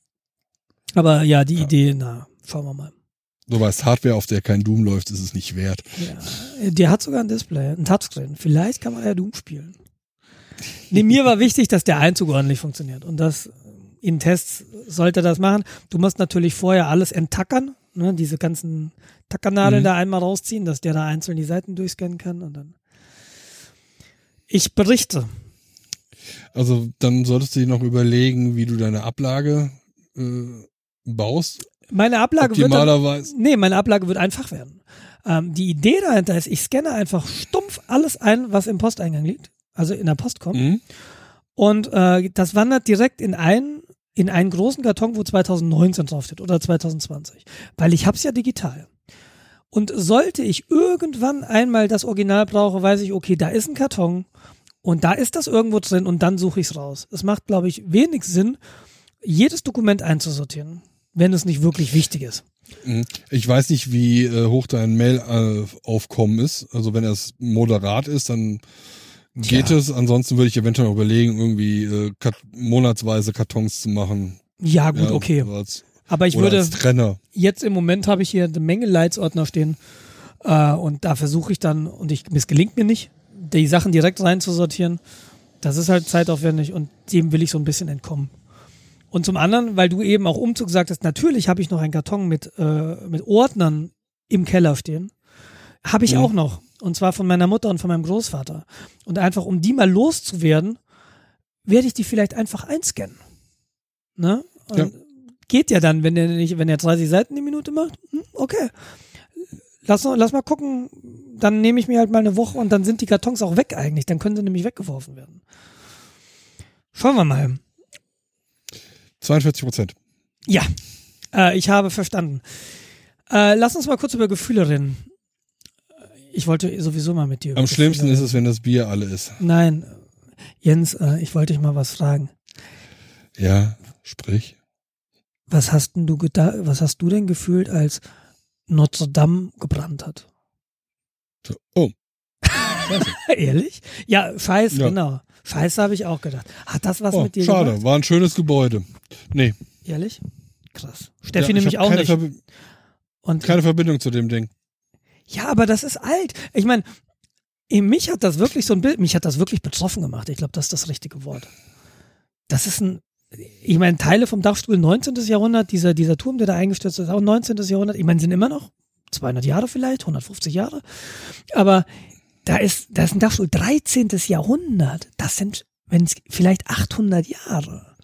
Speaker 1: Aber ja, die
Speaker 2: Ja.
Speaker 1: Idee, na, schauen wir mal.
Speaker 2: Du weißt, Hardware, auf der kein Doom läuft, ist es nicht wert.
Speaker 1: Ja. Der hat sogar ein Display, ein Touchscreen. Vielleicht kann man ja Doom spielen. Nee, mir war wichtig, dass der Einzug ordentlich funktioniert. Und das in Tests sollte das machen. Du musst natürlich vorher alles enttackern, ne, diese ganzen Tackernadeln
Speaker 2: Mhm.
Speaker 1: da einmal rausziehen, dass der da einzeln die Seiten durchscannen kann und dann. Ich berichte.
Speaker 2: Also dann solltest du dir noch überlegen, wie du deine Ablage äh, baust.
Speaker 1: Meine Ablage wird dann,
Speaker 2: Optimalerweise.
Speaker 1: nee, meine Ablage wird einfach werden. Ähm, die Idee dahinter ist, ich scanne einfach stumpf alles ein, was im Posteingang liegt, also in der Post kommt.
Speaker 2: Mhm.
Speaker 1: Und äh, das wandert direkt in einen, in einen großen Karton, wo zwanzig neunzehn draufsteht oder zwanzig zwanzig. Weil ich hab's ja digital. Und sollte ich irgendwann einmal das Original brauche, weiß ich, okay, da ist ein Karton und da ist das irgendwo drin und dann suche ich's raus. Es macht, glaube ich, wenig Sinn, jedes Dokument einzusortieren, wenn es nicht wirklich wichtig ist.
Speaker 2: Mhm. Ich weiß nicht, wie äh, hoch dein Mail-Aufkommen ist. Also wenn es moderat ist, dann geht
Speaker 1: Tja.
Speaker 2: es. Ansonsten würde ich eventuell noch überlegen, irgendwie äh, kat- monatsweise Kartons zu machen.
Speaker 1: Ja, gut,
Speaker 2: Ja,
Speaker 1: okay.
Speaker 2: Als,
Speaker 1: Aber ich
Speaker 2: oder
Speaker 1: würde,
Speaker 2: als Trenner.
Speaker 1: jetzt im Moment habe ich hier eine Menge Leitsordner stehen äh, und da versuche ich dann, und ich, es gelingt mir nicht, die Sachen direkt reinzusortieren. Das ist halt zeitaufwendig und dem will ich so ein bisschen entkommen. Und zum anderen, weil du eben auch Umzug sagtest, natürlich habe ich noch einen Karton mit, äh, mit Ordnern im Keller stehen. Habe ich
Speaker 2: Mhm.
Speaker 1: auch noch. Und zwar von meiner Mutter und von meinem Großvater. Und einfach, um die mal loszuwerden, werde ich die vielleicht einfach einscannen. Ne? Und
Speaker 2: Ja.
Speaker 1: Geht ja dann, wenn der nicht, wenn der dreißig Seiten die Minute macht. Hm, okay. Lass, lass mal gucken. Dann nehme ich mir halt mal eine Woche und dann sind die Kartons auch weg eigentlich. Dann können sie nämlich weggeworfen werden. Schauen wir mal.
Speaker 2: zweiundvierzig Prozent.
Speaker 1: Ja, äh, ich habe verstanden. Äh, lass uns mal kurz über Gefühle reden. Ich wollte sowieso mal mit dir über
Speaker 2: Am schlimmsten
Speaker 1: Gefühle
Speaker 2: ist es, wenn das Bier alle ist.
Speaker 1: reden. Nein, Jens, äh, ich wollte dich mal was fragen.
Speaker 2: Ja, sprich.
Speaker 1: Was hast denn du geda- was hast du denn gefühlt, als Notre Dame gebrannt hat?
Speaker 2: So, oh,
Speaker 1: Ehrlich? Ja, Scheiß,
Speaker 2: Ja.
Speaker 1: genau. Scheiße habe ich auch gedacht. Hat das was
Speaker 2: oh
Speaker 1: mit dir
Speaker 2: schade.
Speaker 1: gemacht?
Speaker 2: War ein schönes Gebäude. Nee.
Speaker 1: Ehrlich? Krass. Steffi
Speaker 2: Ja, ich
Speaker 1: nämlich
Speaker 2: hab
Speaker 1: auch
Speaker 2: keine
Speaker 1: nicht.
Speaker 2: Verbi-
Speaker 1: Und
Speaker 2: Keine Verbindung zu dem Ding.
Speaker 1: ja, aber das ist alt. Ich meine, mich hat das wirklich so ein Bild, mich hat das wirklich betroffen gemacht. Ich glaube, das ist das richtige Wort. Das ist ein, ich meine, Teile vom Dachstuhl neunzehnten. Jahrhundert, dieser, dieser Turm, der da eingestürzt ist, auch neunzehnten. Jahrhundert, ich meine, sind immer noch zweihundert Jahre vielleicht, hundertfünfzig Jahre, aber da ist, da ist ein Dachstuhl dreizehnten. Jahrhundert, das sind, wenn es vielleicht achthundert Jahre,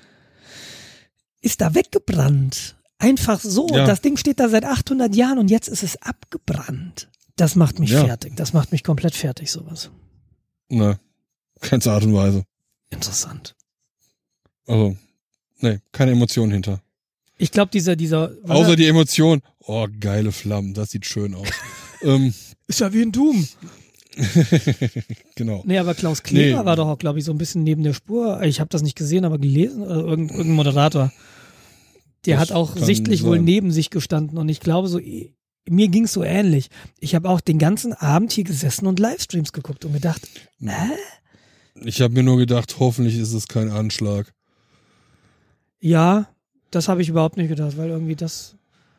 Speaker 1: ist da weggebrannt. Einfach so, ja. Das Ding steht da seit achthundert Jahren und jetzt ist es abgebrannt. Das macht mich ja. fertig, das macht mich komplett fertig, sowas.
Speaker 2: Ne, keine Art und Weise.
Speaker 1: Interessant.
Speaker 2: Also, ne, keine Emotion hinter.
Speaker 1: Ich glaube, dieser, dieser.
Speaker 2: Außer die Emotion, oh, geile Flammen, das sieht schön aus. ähm,
Speaker 1: ist ja wie ein Doom.
Speaker 2: Genau.
Speaker 1: Nee, aber Klaus Kleber nee. war doch auch, glaube ich, so ein bisschen neben der Spur. Ich habe das nicht gesehen, aber gelesen, oder irgendein, irgendein Moderator. Der das hat auch sichtlich sein. wohl neben sich gestanden und ich glaube so, mir ging's so ähnlich. Ich habe auch den ganzen Abend hier gesessen und Livestreams geguckt und gedacht, hä?
Speaker 2: Ich habe mir nur gedacht, hoffentlich ist es kein Anschlag.
Speaker 1: Ja, das habe ich überhaupt nicht gedacht, weil irgendwie das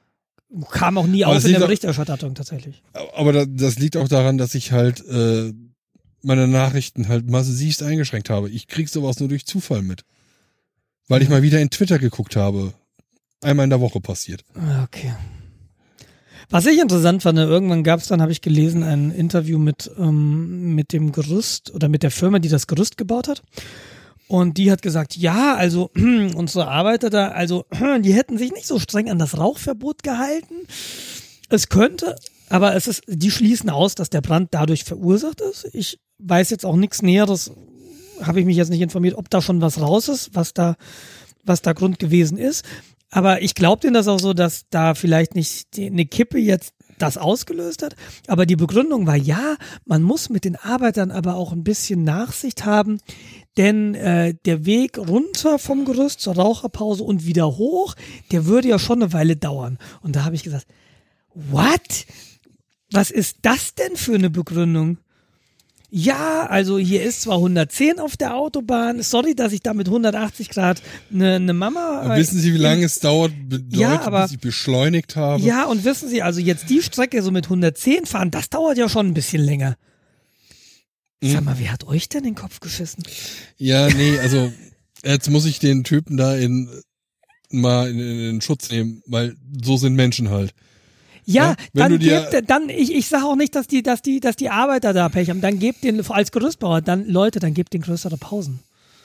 Speaker 1: kam auch nie aber auf in der Berichterstattung tatsächlich.
Speaker 2: Aber das, das liegt auch daran, dass ich halt äh, meine Nachrichten halt massivst eingeschränkt habe. Ich krieg sowas nur durch Zufall mit. Weil ich mal wieder in Twitter geguckt habe. Einmal in der Woche passiert.
Speaker 1: Okay. Was ich interessant fand, irgendwann gab es dann, habe ich gelesen, ein Interview mit, ähm, mit dem Gerüst oder mit der Firma, die das Gerüst gebaut hat. Und die hat gesagt, ja, also unsere Arbeiter da, also die hätten sich nicht so streng an das Rauchverbot gehalten. Es könnte, aber es ist, die schließen aus, dass der Brand dadurch verursacht ist. Ich weiß jetzt auch nichts Näheres, habe ich mich jetzt nicht informiert, ob da schon was raus ist, was da, was da Grund gewesen ist. Aber ich glaube denen das auch so, dass da vielleicht nicht die, eine Kippe jetzt das ausgelöst hat. Aber die Begründung war, ja, man muss mit den Arbeitern aber auch ein bisschen Nachsicht haben, denn äh, der Weg runter vom Gerüst zur Raucherpause und wieder hoch, der würde ja schon eine Weile dauern. Und da habe ich gesagt, what? Was ist das denn für eine Begründung? Ja, also hier ist zwar hundertzehn auf der Autobahn, sorry, dass ich da mit hundertachtzig Grad eine, eine Mama...
Speaker 2: Aber wissen Sie, wie lange es dauert, bedeutet,
Speaker 1: ja, aber,
Speaker 2: bis ich beschleunigt habe?
Speaker 1: Ja, und wissen Sie, also jetzt die Strecke so mit hundertzehn fahren, das dauert ja schon ein bisschen länger. Hm. Sag mal, wer hat euch denn den Kopf geschissen?
Speaker 2: Ja, nee, also jetzt muss ich den Typen da in mal in, in, in Schutz nehmen, weil so sind Menschen halt.
Speaker 1: Ja,
Speaker 2: ja
Speaker 1: dann gebt, dann, ich, ich sage auch nicht, dass die, dass die, dass die Arbeiter da Pech haben. Dann gebt den, als Gerüstbauer, dann, Leute, dann gebt den größere Pausen.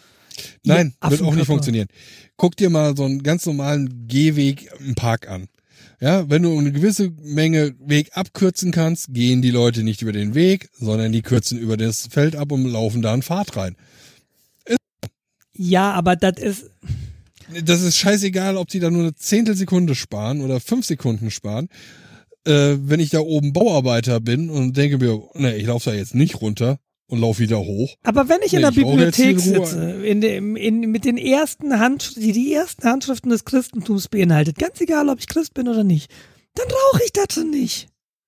Speaker 2: Nein, wird auch nicht funktionieren. Guck dir mal so einen ganz normalen Gehweg im Park an. Ja, wenn du eine gewisse Menge Weg abkürzen kannst, gehen die Leute nicht über den Weg, sondern die kürzen über das Feld ab und laufen da einen Pfad rein. Ist
Speaker 1: ja, aber das ist...
Speaker 2: Das ist scheißegal, ob die da nur eine Zehntelsekunde sparen oder fünf Sekunden sparen. Äh, wenn ich da oben Bauarbeiter bin und denke mir, ne, ich laufe da jetzt nicht runter und laufe wieder hoch.
Speaker 1: Aber wenn ich nee, in der Bibliothek sitze, in dem, in, mit den ersten Hand, die die ersten Handschriften des Christentums beinhaltet, ganz egal, ob ich Christ bin oder nicht, dann rauche ich dazu nicht.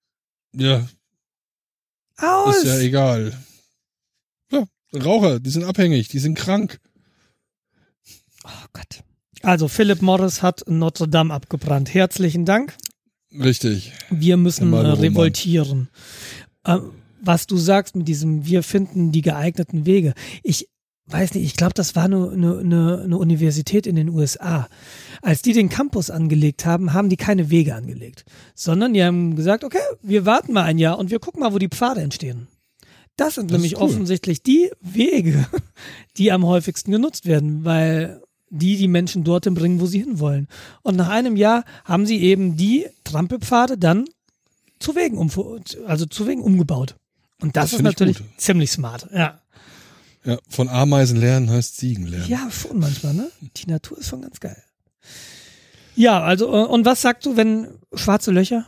Speaker 2: Ja.
Speaker 1: Aus.
Speaker 2: Ist ja egal. Ja, Raucher, die sind abhängig, die sind krank.
Speaker 1: Oh Gott. Also Philip Morris hat Notre Dame abgebrannt. Herzlichen Dank.
Speaker 2: Richtig.
Speaker 1: Wir müssen äh, revoltieren. Äh, was du sagst mit diesem, wir finden die geeigneten Wege. Ich weiß nicht, ich glaube, das war eine, eine, eine Universität in den U S A. Als die den Campus angelegt haben, haben die keine Wege angelegt, sondern die haben gesagt, okay, wir warten mal ein Jahr und wir gucken mal, wo die Pfade entstehen. Das sind das nämlich cool. offensichtlich die Wege, die am häufigsten genutzt werden, weil die die Menschen dorthin bringen, wo sie hinwollen. Und nach einem Jahr haben sie eben die Trampelpfade dann zu Wegen, um, also zu Wegen umgebaut. Und das, das ist natürlich ziemlich smart, ja.
Speaker 2: Ja, von Ameisen lernen heißt Ziegen lernen.
Speaker 1: Ja, schon manchmal, ne? Die Natur ist schon ganz geil. Ja, also, und was sagst du, wenn schwarze Löcher?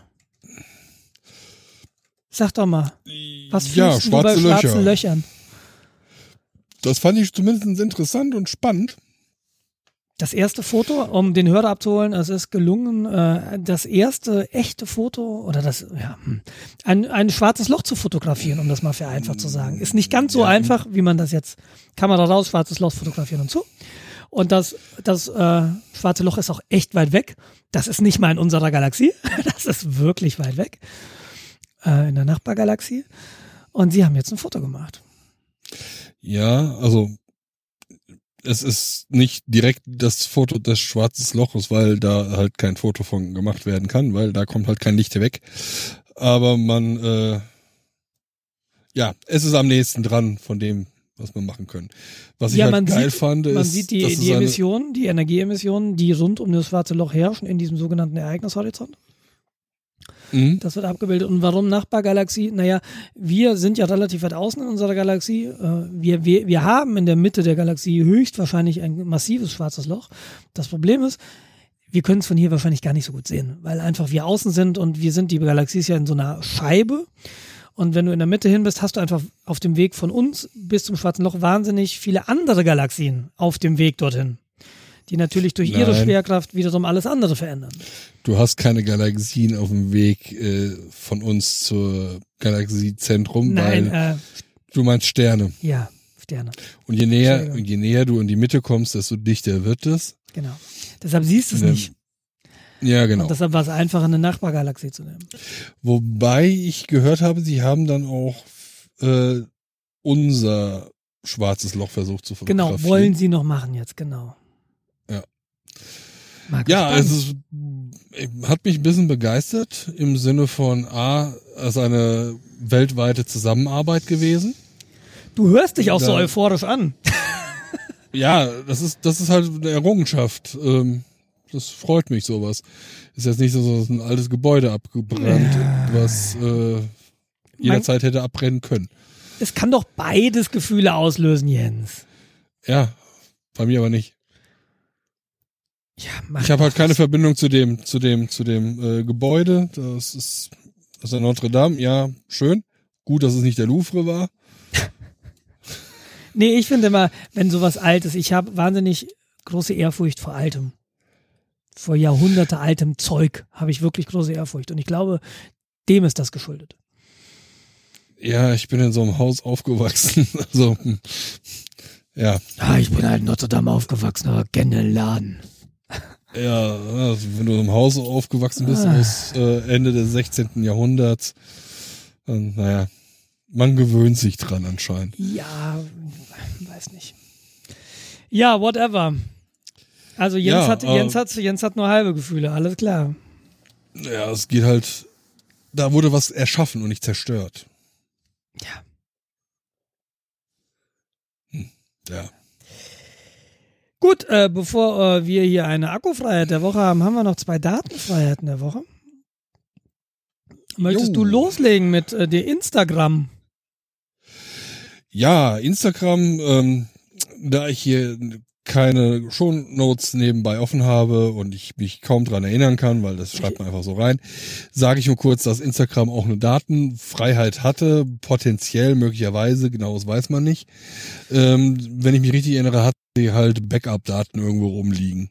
Speaker 1: Sag doch mal, was fühlst
Speaker 2: ja,
Speaker 1: du bei
Speaker 2: Löcher.
Speaker 1: schwarzen Löchern?
Speaker 2: Das fand ich zumindest interessant und spannend.
Speaker 1: Das erste Foto, um den Hörer abzuholen, es ist gelungen, äh, das erste echte Foto oder das, ja, ein, ein schwarzes Loch zu fotografieren, um das mal vereinfacht zu sagen. Ist nicht ganz so ja, einfach, wie man das jetzt, Kamera raus, schwarzes Loch fotografieren und zu. Und das, das äh, schwarze Loch ist auch echt weit weg. Das ist nicht mal in unserer Galaxie. Das ist wirklich weit weg. Äh, in der Nachbargalaxie. Und sie haben jetzt ein Foto gemacht.
Speaker 2: Ja, also es ist nicht direkt das Foto des schwarzen Loches, weil da halt kein Foto von gemacht werden kann, weil da kommt halt kein Licht weg. Aber man, äh, ja, es ist am nächsten dran von dem, was wir machen können. Was ich
Speaker 1: ja,
Speaker 2: halt
Speaker 1: man
Speaker 2: geil
Speaker 1: sieht,
Speaker 2: fand, ist,
Speaker 1: man sieht die,
Speaker 2: dass
Speaker 1: die
Speaker 2: es eine,
Speaker 1: Emissionen, die Energieemissionen, die rund um das schwarze Loch herrschen in diesem sogenannten Ereignishorizont.
Speaker 2: Mhm.
Speaker 1: Das wird abgebildet. Und warum Nachbargalaxie? Naja, wir sind ja relativ weit außen in unserer Galaxie. Wir, wir, wir haben in der Mitte der Galaxie höchstwahrscheinlich ein massives schwarzes Loch. Das Problem ist, wir können es von hier wahrscheinlich gar nicht so gut sehen, weil einfach wir außen sind und wir sind, die Galaxie ist ja in so einer Scheibe. Und wenn du in der Mitte hin bist, hast du einfach auf dem Weg von uns bis zum schwarzen Loch wahnsinnig viele andere Galaxien auf dem Weg dorthin, die natürlich durch
Speaker 2: Nein.
Speaker 1: ihre Schwerkraft wiederum alles andere verändern.
Speaker 2: Du hast keine Galaxien auf dem Weg äh, von uns zur Galaxiezentrum,
Speaker 1: Nein,
Speaker 2: weil
Speaker 1: äh,
Speaker 2: du meinst Sterne.
Speaker 1: ja, Sterne.
Speaker 2: Und je näher,
Speaker 1: Entschuldigung.
Speaker 2: je näher du in die Mitte kommst, desto dichter wird es.
Speaker 1: Genau. Deshalb siehst du es
Speaker 2: Ja,
Speaker 1: nicht.
Speaker 2: Ja, genau.
Speaker 1: Und deshalb war es einfacher, eine Nachbargalaxie zu nehmen.
Speaker 2: Wobei ich gehört habe, sie haben dann auch äh, unser schwarzes Loch versucht zu
Speaker 1: Genau,
Speaker 2: fotografieren.
Speaker 1: wollen sie noch machen jetzt, genau.
Speaker 2: Ja.
Speaker 1: Mal
Speaker 2: Ja,
Speaker 1: gespannt.
Speaker 2: es ist, hat mich ein bisschen begeistert im Sinne von A, es ist eine weltweite Zusammenarbeit gewesen.
Speaker 1: Du hörst dich auch so
Speaker 2: Da-
Speaker 1: euphorisch an.
Speaker 2: Ja, das ist, das ist halt eine Errungenschaft. Ähm, das freut mich sowas. Ist jetzt nicht so, so ein altes Gebäude abgebrannt, was äh, jederzeit hätte abbrennen können.
Speaker 1: Es kann doch beides Gefühle auslösen, Jens.
Speaker 2: Ja, bei mir aber nicht.
Speaker 1: Ja, mach
Speaker 2: Ich habe halt
Speaker 1: doch
Speaker 2: keine
Speaker 1: was.
Speaker 2: Verbindung zu dem, zu dem, zu dem äh, Gebäude. Das ist, das ist der Notre Dame. Ja, schön. Gut, dass es nicht der Louvre war.
Speaker 1: Nee, ich finde immer, wenn sowas Altes, ich habe wahnsinnig große Ehrfurcht vor Altem. Vor Jahrhunderte altem Zeug habe ich wirklich große Ehrfurcht. Und ich glaube, dem ist das geschuldet.
Speaker 2: Ja, ich bin in so einem Haus aufgewachsen. Also, hm, ja.
Speaker 1: Ah, ich bin halt in Notre Dame aufgewachsen, aber gerne Laden.
Speaker 2: Ja, also wenn du in einem Haus aufgewachsen bist
Speaker 1: Ah.
Speaker 2: aus äh, Ende des sechzehnten Jahrhunderts, dann, naja, man gewöhnt sich dran anscheinend.
Speaker 1: Ja, weiß nicht. Ja, whatever. Also Jens,
Speaker 2: Ja,
Speaker 1: hat,
Speaker 2: äh,
Speaker 1: Jens, hat, Jens hat nur halbe Gefühle, alles klar.
Speaker 2: Ja, es geht halt, da wurde was erschaffen und nicht zerstört.
Speaker 1: Ja.
Speaker 2: Ja.
Speaker 1: Gut, äh, bevor äh, wir hier eine Akkufreiheit der Woche haben, haben wir noch zwei Datenfreiheiten der Woche. Möchtest
Speaker 2: Jo.
Speaker 1: du loslegen mit äh, der Instagram?
Speaker 2: Ja, Instagram, ähm, da ich hier keine Shownotes nebenbei offen habe und ich mich kaum dran erinnern kann, weil das schreibt man einfach so rein, sage ich nur kurz, dass Instagram auch eine Datenfreiheit hatte, potenziell, möglicherweise, genaues weiß man nicht. Ähm, wenn ich mich richtig erinnere, hat sie halt Backup-Daten irgendwo rumliegen.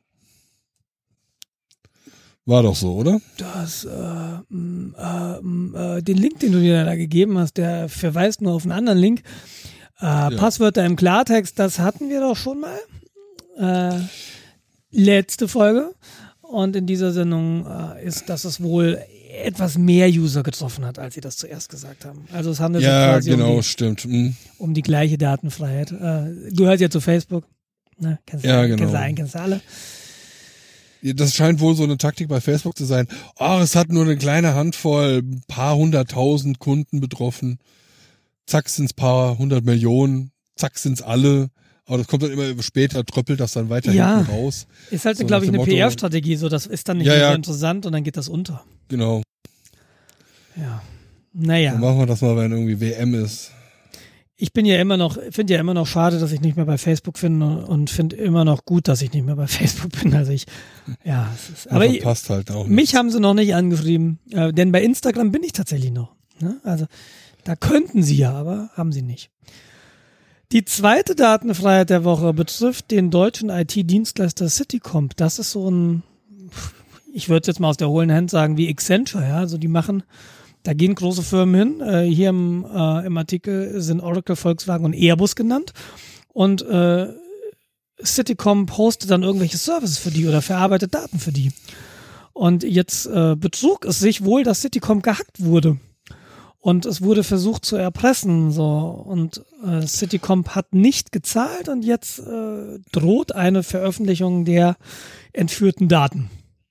Speaker 2: War doch so, oder?
Speaker 1: Das, äh, m, äh, m, äh, den Link, den du dir da gegeben hast, der verweist nur auf einen anderen Link. Äh, Passwörter im Klartext, das hatten wir doch schon mal. Äh, letzte Folge. Und in dieser Sendung äh, ist, dass es wohl etwas mehr User getroffen hat, als sie das zuerst gesagt haben. Also es handelt sich
Speaker 2: Ja,
Speaker 1: quasi
Speaker 2: genau,
Speaker 1: um, die,
Speaker 2: stimmt. Hm.
Speaker 1: um die gleiche Datenfreiheit. Äh, gehört ja zu Facebook. Ne? Kennst du,
Speaker 2: Ja, genau.
Speaker 1: Kennst du einen, kennst du alle.
Speaker 2: Das scheint wohl so eine Taktik bei Facebook zu sein. Oh, es hat nur eine kleine Handvoll, ein paar hunderttausend Kunden betroffen. Zack, sind's paar hundert Millionen. Zack, sind's alle. Aber das kommt dann immer später, tröppelt das dann weiter
Speaker 1: Ja.
Speaker 2: hinten raus.
Speaker 1: Ist halt,
Speaker 2: So
Speaker 1: glaube ich,
Speaker 2: nach
Speaker 1: eine
Speaker 2: dem Motto-
Speaker 1: P R-Strategie. So, das ist dann nicht
Speaker 2: Ja,
Speaker 1: mehr so
Speaker 2: ja.
Speaker 1: interessant und dann geht das unter.
Speaker 2: Genau.
Speaker 1: Ja. Naja.
Speaker 2: Dann machen wir das mal, wenn irgendwie W M ist.
Speaker 1: Ich bin ja immer noch, finde ja immer noch schade, dass ich nicht mehr bei Facebook bin und finde immer noch gut, dass ich nicht mehr bei Facebook bin. Also ich, ja, es ist, aber
Speaker 2: Aber
Speaker 1: ich,
Speaker 2: passt halt auch
Speaker 1: mich
Speaker 2: nicht.
Speaker 1: haben sie noch nicht angeschrieben, äh, denn bei Instagram bin ich tatsächlich noch. Ne? Also da könnten sie ja, aber haben sie nicht. Die zweite Datenfreiheit der Woche betrifft den deutschen I T-Dienstleister Citycomp. Das ist so ein, ich würde jetzt mal aus der hohlen Hand sagen, wie Accenture, ja, also die machen, da gehen große Firmen hin. Äh, hier im, äh, im Artikel sind Oracle, Volkswagen und Airbus genannt. Und äh, Citycomp hostet dann irgendwelche Services für die oder verarbeitet Daten für die. Und jetzt äh, betrug es sich wohl, dass Citycomp gehackt wurde. Und es wurde versucht zu erpressen, so. Und äh, Citycomp hat nicht gezahlt und jetzt äh, droht eine Veröffentlichung der entführten Daten.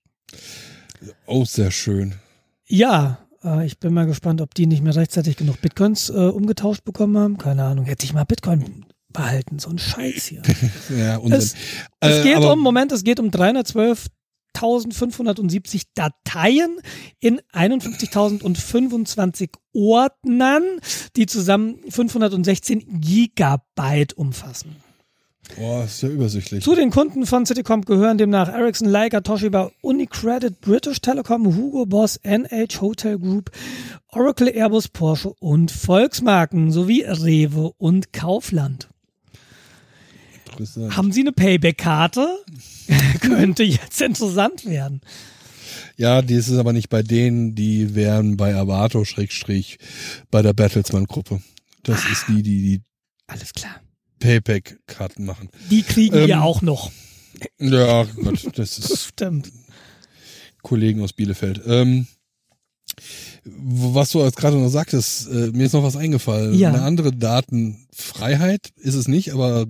Speaker 2: Oh, sehr schön.
Speaker 1: Ja, äh, ich bin mal gespannt, ob die nicht mehr rechtzeitig genug Bitcoins äh, umgetauscht bekommen haben. Keine Ahnung, hätte ich mal Bitcoin behalten, so ein Scheiß hier.
Speaker 2: Ja, Unsinn.
Speaker 1: Es, es
Speaker 2: äh,
Speaker 1: geht
Speaker 2: aber,
Speaker 1: um, Moment, es geht um dreihundertzwölftausendfünfhundertsiebzig Dateien in einundfünfzigtausendfünfundzwanzig Ordnern, die zusammen fünfhundertsechzehn Gigabyte umfassen.
Speaker 2: Boah, ist ja übersichtlich.
Speaker 1: Zu den Kunden von Citycomp gehören demnach Ericsson, Leica, Toshiba, Unicredit, British Telecom, Hugo Boss, N H Hotel Group, Oracle, Airbus, Porsche und Volksmarken sowie Rewe und Kaufland. Haben Sie eine Payback-Karte? Könnte jetzt interessant werden.
Speaker 2: Ja, die ist es aber nicht bei denen, die wären bei Avato Schrägstrich bei der Bertelsmann-Gruppe. Das ah, ist die, die die
Speaker 1: alles klar.
Speaker 2: Payback-Karten machen.
Speaker 1: Die kriegen
Speaker 2: ähm,
Speaker 1: wir auch noch.
Speaker 2: Ja, Gott, das ist
Speaker 1: stimmt.
Speaker 2: Kollegen aus Bielefeld. Ähm, was du jetzt gerade noch sagtest, äh, mir ist noch was eingefallen.
Speaker 1: Ja.
Speaker 2: Eine andere Datenfreiheit ist es nicht, aber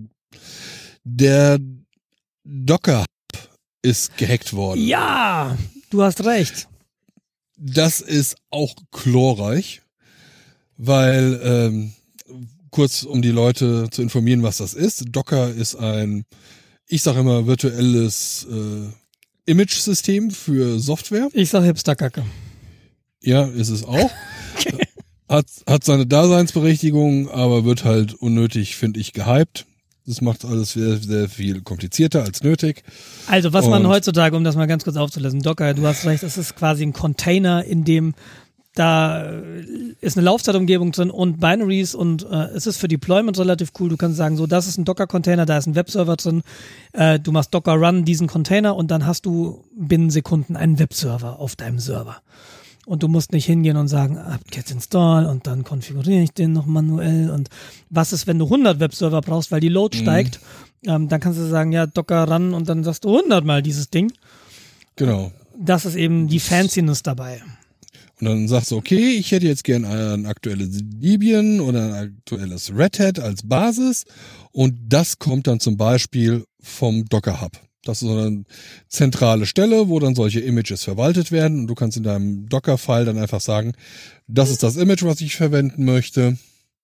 Speaker 2: der Docker ist gehackt worden.
Speaker 1: Ja, du hast recht.
Speaker 2: Das ist auch glorreich, weil, ähm, kurz um die Leute zu informieren, was das ist. Docker ist ein, ich sage immer, virtuelles äh, Image-System für Software.
Speaker 1: Ich sage Hipsterkacke.
Speaker 2: Ja, ist es auch. Okay. Hat, hat seine Daseinsberechtigung, aber wird halt unnötig, finde ich, gehypt. Das macht alles sehr, sehr viel komplizierter als nötig.
Speaker 1: Also was
Speaker 2: Und
Speaker 1: man heutzutage, um das mal ganz kurz aufzulösen, Docker, du hast recht, es ist quasi ein Container, in dem da ist eine Laufzeitumgebung drin und Binaries und äh, es ist für Deployment relativ cool. Du kannst sagen, so, das ist ein Docker-Container, da ist ein Webserver drin. Äh, du machst Docker Run diesen Container und dann hast du binnen Sekunden einen Webserver auf deinem Server. Und du musst nicht hingehen und sagen, apt-get install und dann konfiguriere ich den noch manuell. Und was ist, wenn du hundert Webserver brauchst, weil die Load mhm. steigt? Ähm, dann kannst du sagen, ja, Docker Run und dann sagst du hundert mal dieses Ding.
Speaker 2: Genau.
Speaker 1: Das ist eben die Fanciness dabei.
Speaker 2: Und dann sagst du, okay, ich hätte jetzt gern ein aktuelles Debian oder ein aktuelles Red Hat als Basis. Und das kommt dann zum Beispiel vom Docker Hub. Das ist so eine zentrale Stelle, wo dann solche Images verwaltet werden. Und du kannst in deinem Docker-File dann einfach sagen, das ist das Image, was ich verwenden möchte.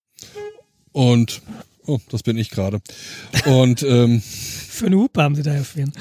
Speaker 2: Und, oh, das bin ich gerade. Und, ähm.
Speaker 1: Für eine Hupe haben sie da erfahren.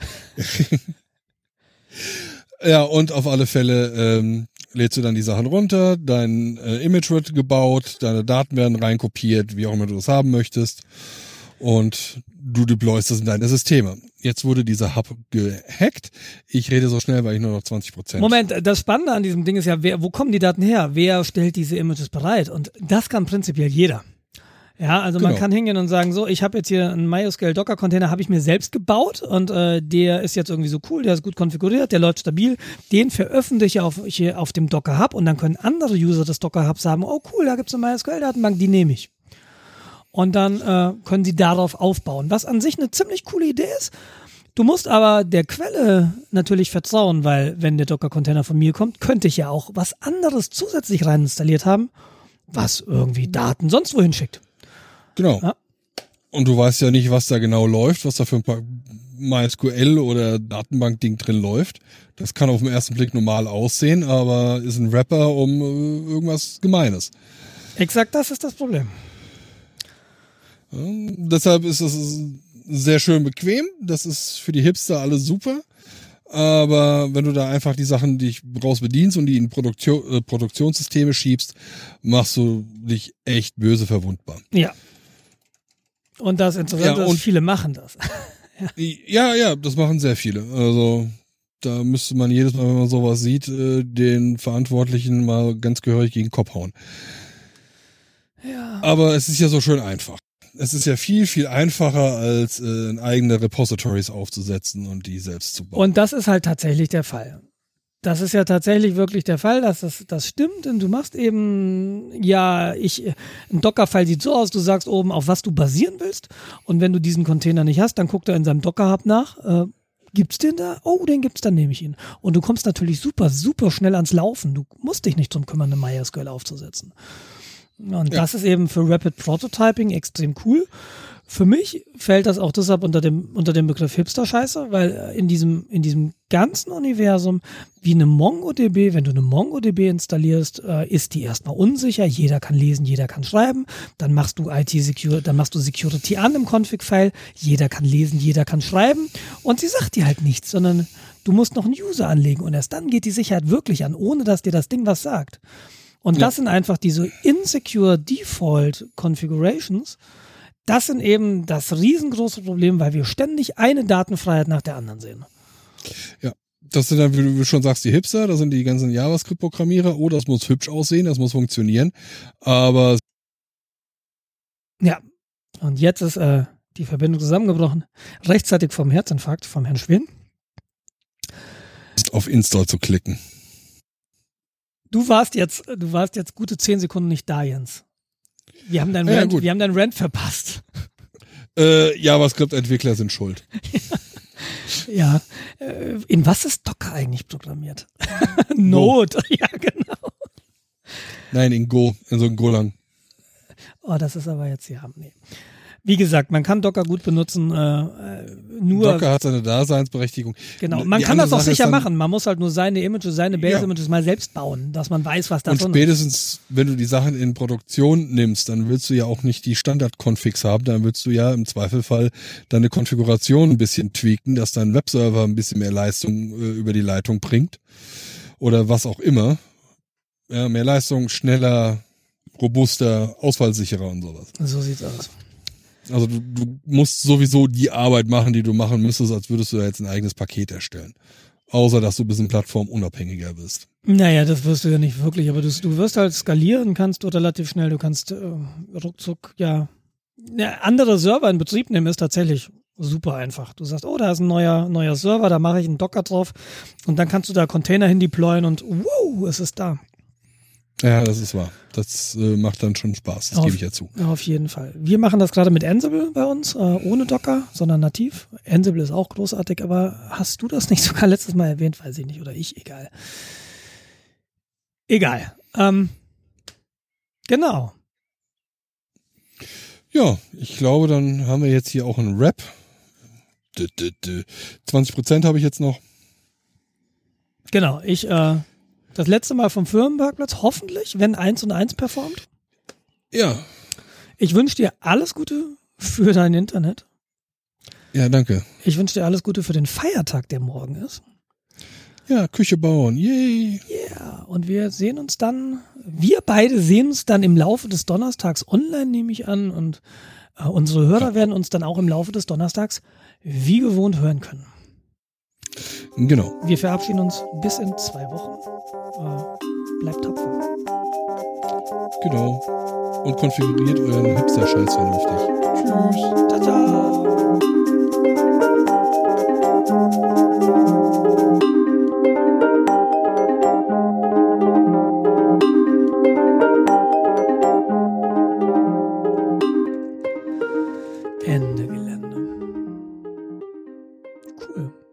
Speaker 2: Ja, und auf alle Fälle, ähm, lädst du dann die Sachen runter, dein äh, Image wird gebaut, deine Daten werden reinkopiert, wie auch immer du das haben möchtest. Und du deployst das in deine Systeme. Jetzt wurde dieser Hub gehackt. Ich rede so schnell, weil ich nur noch zwanzig Prozent.
Speaker 1: Moment, das Spannende an diesem Ding ist ja, wer, wo kommen die Daten her? Wer stellt diese Images bereit? Und das kann prinzipiell jeder. Ja, also
Speaker 2: genau.
Speaker 1: Man kann hingehen und sagen, so, ich habe jetzt hier einen MySQL Docker Container, habe ich mir selbst gebaut und äh, der ist jetzt irgendwie so cool, der ist gut konfiguriert, der läuft stabil, den veröffentliche ich auf, hier auf dem Docker Hub und dann können andere User des Docker Hubs sagen, oh cool, da gibt's eine MySQL Datenbank, die nehme ich. Und dann äh, können sie darauf aufbauen, was an sich eine ziemlich coole Idee ist. Du musst aber der Quelle natürlich vertrauen, weil wenn der Docker Container von mir kommt, könnte ich ja auch was anderes zusätzlich rein installiert haben, was irgendwie Daten sonst wohin schickt.
Speaker 2: Genau.
Speaker 1: Ja.
Speaker 2: Und du weißt ja nicht, was da genau läuft, was da für ein MySQL oder Datenbank-Ding drin läuft. Das kann auf den ersten Blick normal aussehen, aber ist ein Wrapper um äh, irgendwas Gemeines.
Speaker 1: Exakt, das ist das Problem.
Speaker 2: Ja, deshalb ist es sehr schön bequem. Das ist für die Hipster alles super. Aber wenn du da einfach die Sachen, die ich raus bedienst und die in Produktion, äh, Produktionssysteme schiebst, machst du dich echt böse verwundbar.
Speaker 1: Ja. Und das Interessante
Speaker 2: ja, und
Speaker 1: ist, viele machen das.
Speaker 2: ja. ja, ja, das machen sehr viele. Also da müsste man jedes Mal, wenn man sowas sieht, äh, den Verantwortlichen mal ganz gehörig gegen den Kopf hauen.
Speaker 1: Ja.
Speaker 2: Aber es ist ja so schön einfach. Es ist ja viel, viel einfacher, als äh, eigene Repositories aufzusetzen und die selbst zu bauen.
Speaker 1: Und das ist halt tatsächlich der Fall. Das ist ja tatsächlich wirklich der Fall, dass das, das stimmt. Und du machst eben, ja, ich, ein Docker-File sieht so aus, du sagst oben, auf was du basieren willst. Und wenn du diesen Container nicht hast, dann guckt er in seinem Docker-Hub nach, äh, Gibt's den da? Oh, den gibt's, dann nehme ich ihn. Und du kommst natürlich super, super schnell ans Laufen. Du musst dich nicht drum kümmern, eine MySQL aufzusetzen. Und ja. das ist eben für Rapid Prototyping extrem cool. Für mich fällt das auch deshalb unter dem, unter dem Begriff Hipster-Scheiße, weil in diesem, in diesem ganzen Universum, wie eine MongoDB, wenn du eine MongoDB installierst, äh, ist die erstmal unsicher. Jeder kann lesen, jeder kann schreiben. Dann machst du I T-Security, dann machst du Security an im Config-File. Jeder kann lesen, jeder kann schreiben. Und sie sagt dir halt nichts, sondern du musst noch einen User anlegen. Und erst dann geht die Sicherheit wirklich an, ohne dass dir das Ding was sagt. Und ja. das sind einfach diese insecure Default Configurations. Das sind eben das riesengroße Problem, weil wir ständig eine Datenfreiheit nach der anderen sehen.
Speaker 2: Ja, das sind dann, wie du schon sagst, die Hipster, das sind die ganzen JavaScript-Programmierer. Oh, das muss hübsch aussehen, das muss funktionieren. Aber
Speaker 1: ja, und jetzt ist äh, die Verbindung zusammengebrochen. Rechtzeitig vom Herzinfarkt vom Herrn Schwinn.
Speaker 2: Auf Install zu klicken.
Speaker 1: Du warst jetzt, du warst jetzt gute zehn Sekunden nicht da, Jens. Wir haben deinen
Speaker 2: ja,
Speaker 1: Rant,
Speaker 2: gut.
Speaker 1: wir haben deinen Rant verpasst.
Speaker 2: Äh, JavaScript-Entwickler sind schuld.
Speaker 1: ja. Äh, in was ist Docker eigentlich programmiert? Node. Ja, genau.
Speaker 2: Nein, in Go, in so einem Golang.
Speaker 1: Oh, das ist aber jetzt, ja, nee. Wie gesagt, man kann Docker gut benutzen, äh, nur...
Speaker 2: Docker hat seine Daseinsberechtigung.
Speaker 1: Genau, man
Speaker 2: Die
Speaker 1: kann das auch
Speaker 2: Sache
Speaker 1: sicher
Speaker 2: dann,
Speaker 1: machen. Man muss halt nur seine Images, seine Base-Images ja. mal selbst bauen, dass man weiß, was da drin ist.
Speaker 2: Und spätestens, wenn du die Sachen in Produktion nimmst, dann willst du ja auch nicht die Standard-Configs haben, dann willst du ja im Zweifelfall deine Konfiguration ein bisschen tweaken, dass dein Webserver ein bisschen mehr Leistung äh, über die Leitung bringt oder was auch immer. Ja, mehr Leistung, schneller, robuster, ausfallsicherer und sowas.
Speaker 1: So sieht's aus.
Speaker 2: Also du, du musst sowieso die Arbeit machen, die du machen müsstest, als würdest du ja jetzt ein eigenes Paket erstellen. Außer, dass du ein bisschen plattformunabhängiger bist.
Speaker 1: Naja, das wirst du ja nicht wirklich, aber du, du wirst halt skalieren, kannst du relativ schnell, du kannst äh, ruckzuck, ja, ja, andere Server in Betrieb nehmen, ist tatsächlich super einfach. Du sagst, oh, da ist ein neuer, neuer Server, da mache ich einen Docker drauf und dann kannst du da Container hin deployen und wow, es ist da.
Speaker 2: Ja, das ist wahr. Das äh, macht dann schon Spaß, das
Speaker 1: auf,
Speaker 2: gebe ich ja zu.
Speaker 1: Auf jeden Fall. Wir machen das gerade mit Ansible bei uns, äh, ohne Docker, sondern nativ. Ansible ist auch großartig, aber hast du das nicht sogar letztes Mal erwähnt? Weiß ich nicht, oder ich, egal. Egal. Ähm, genau.
Speaker 2: Ja, ich glaube, dann haben wir jetzt hier auch einen Rap. zwanzig Prozent habe ich jetzt noch.
Speaker 1: Genau, ich... Äh, Das letzte Mal vom Firmenparkplatz, hoffentlich, wenn eins und eins performt.
Speaker 2: Ja.
Speaker 1: Ich wünsche dir alles Gute für dein Internet.
Speaker 2: Ja, danke.
Speaker 1: Ich wünsche dir alles Gute für den Feiertag, der morgen ist.
Speaker 2: Ja, Küche bauen, yay.
Speaker 1: Ja, yeah. Und wir sehen uns dann, wir beide sehen uns dann im Laufe des Donnerstags online, nehme ich an. Und äh, unsere Hörer ja. werden uns dann auch im Laufe des Donnerstags wie gewohnt hören können.
Speaker 2: Genau.
Speaker 1: Wir verabschieden uns bis in zwei Wochen. Äh, bleibt tapfer.
Speaker 2: Genau. Und konfiguriert euren Hipster-Scheiß vernünftig. Tschüss.
Speaker 1: Ciao, ciao. Ende Gelände. Cool.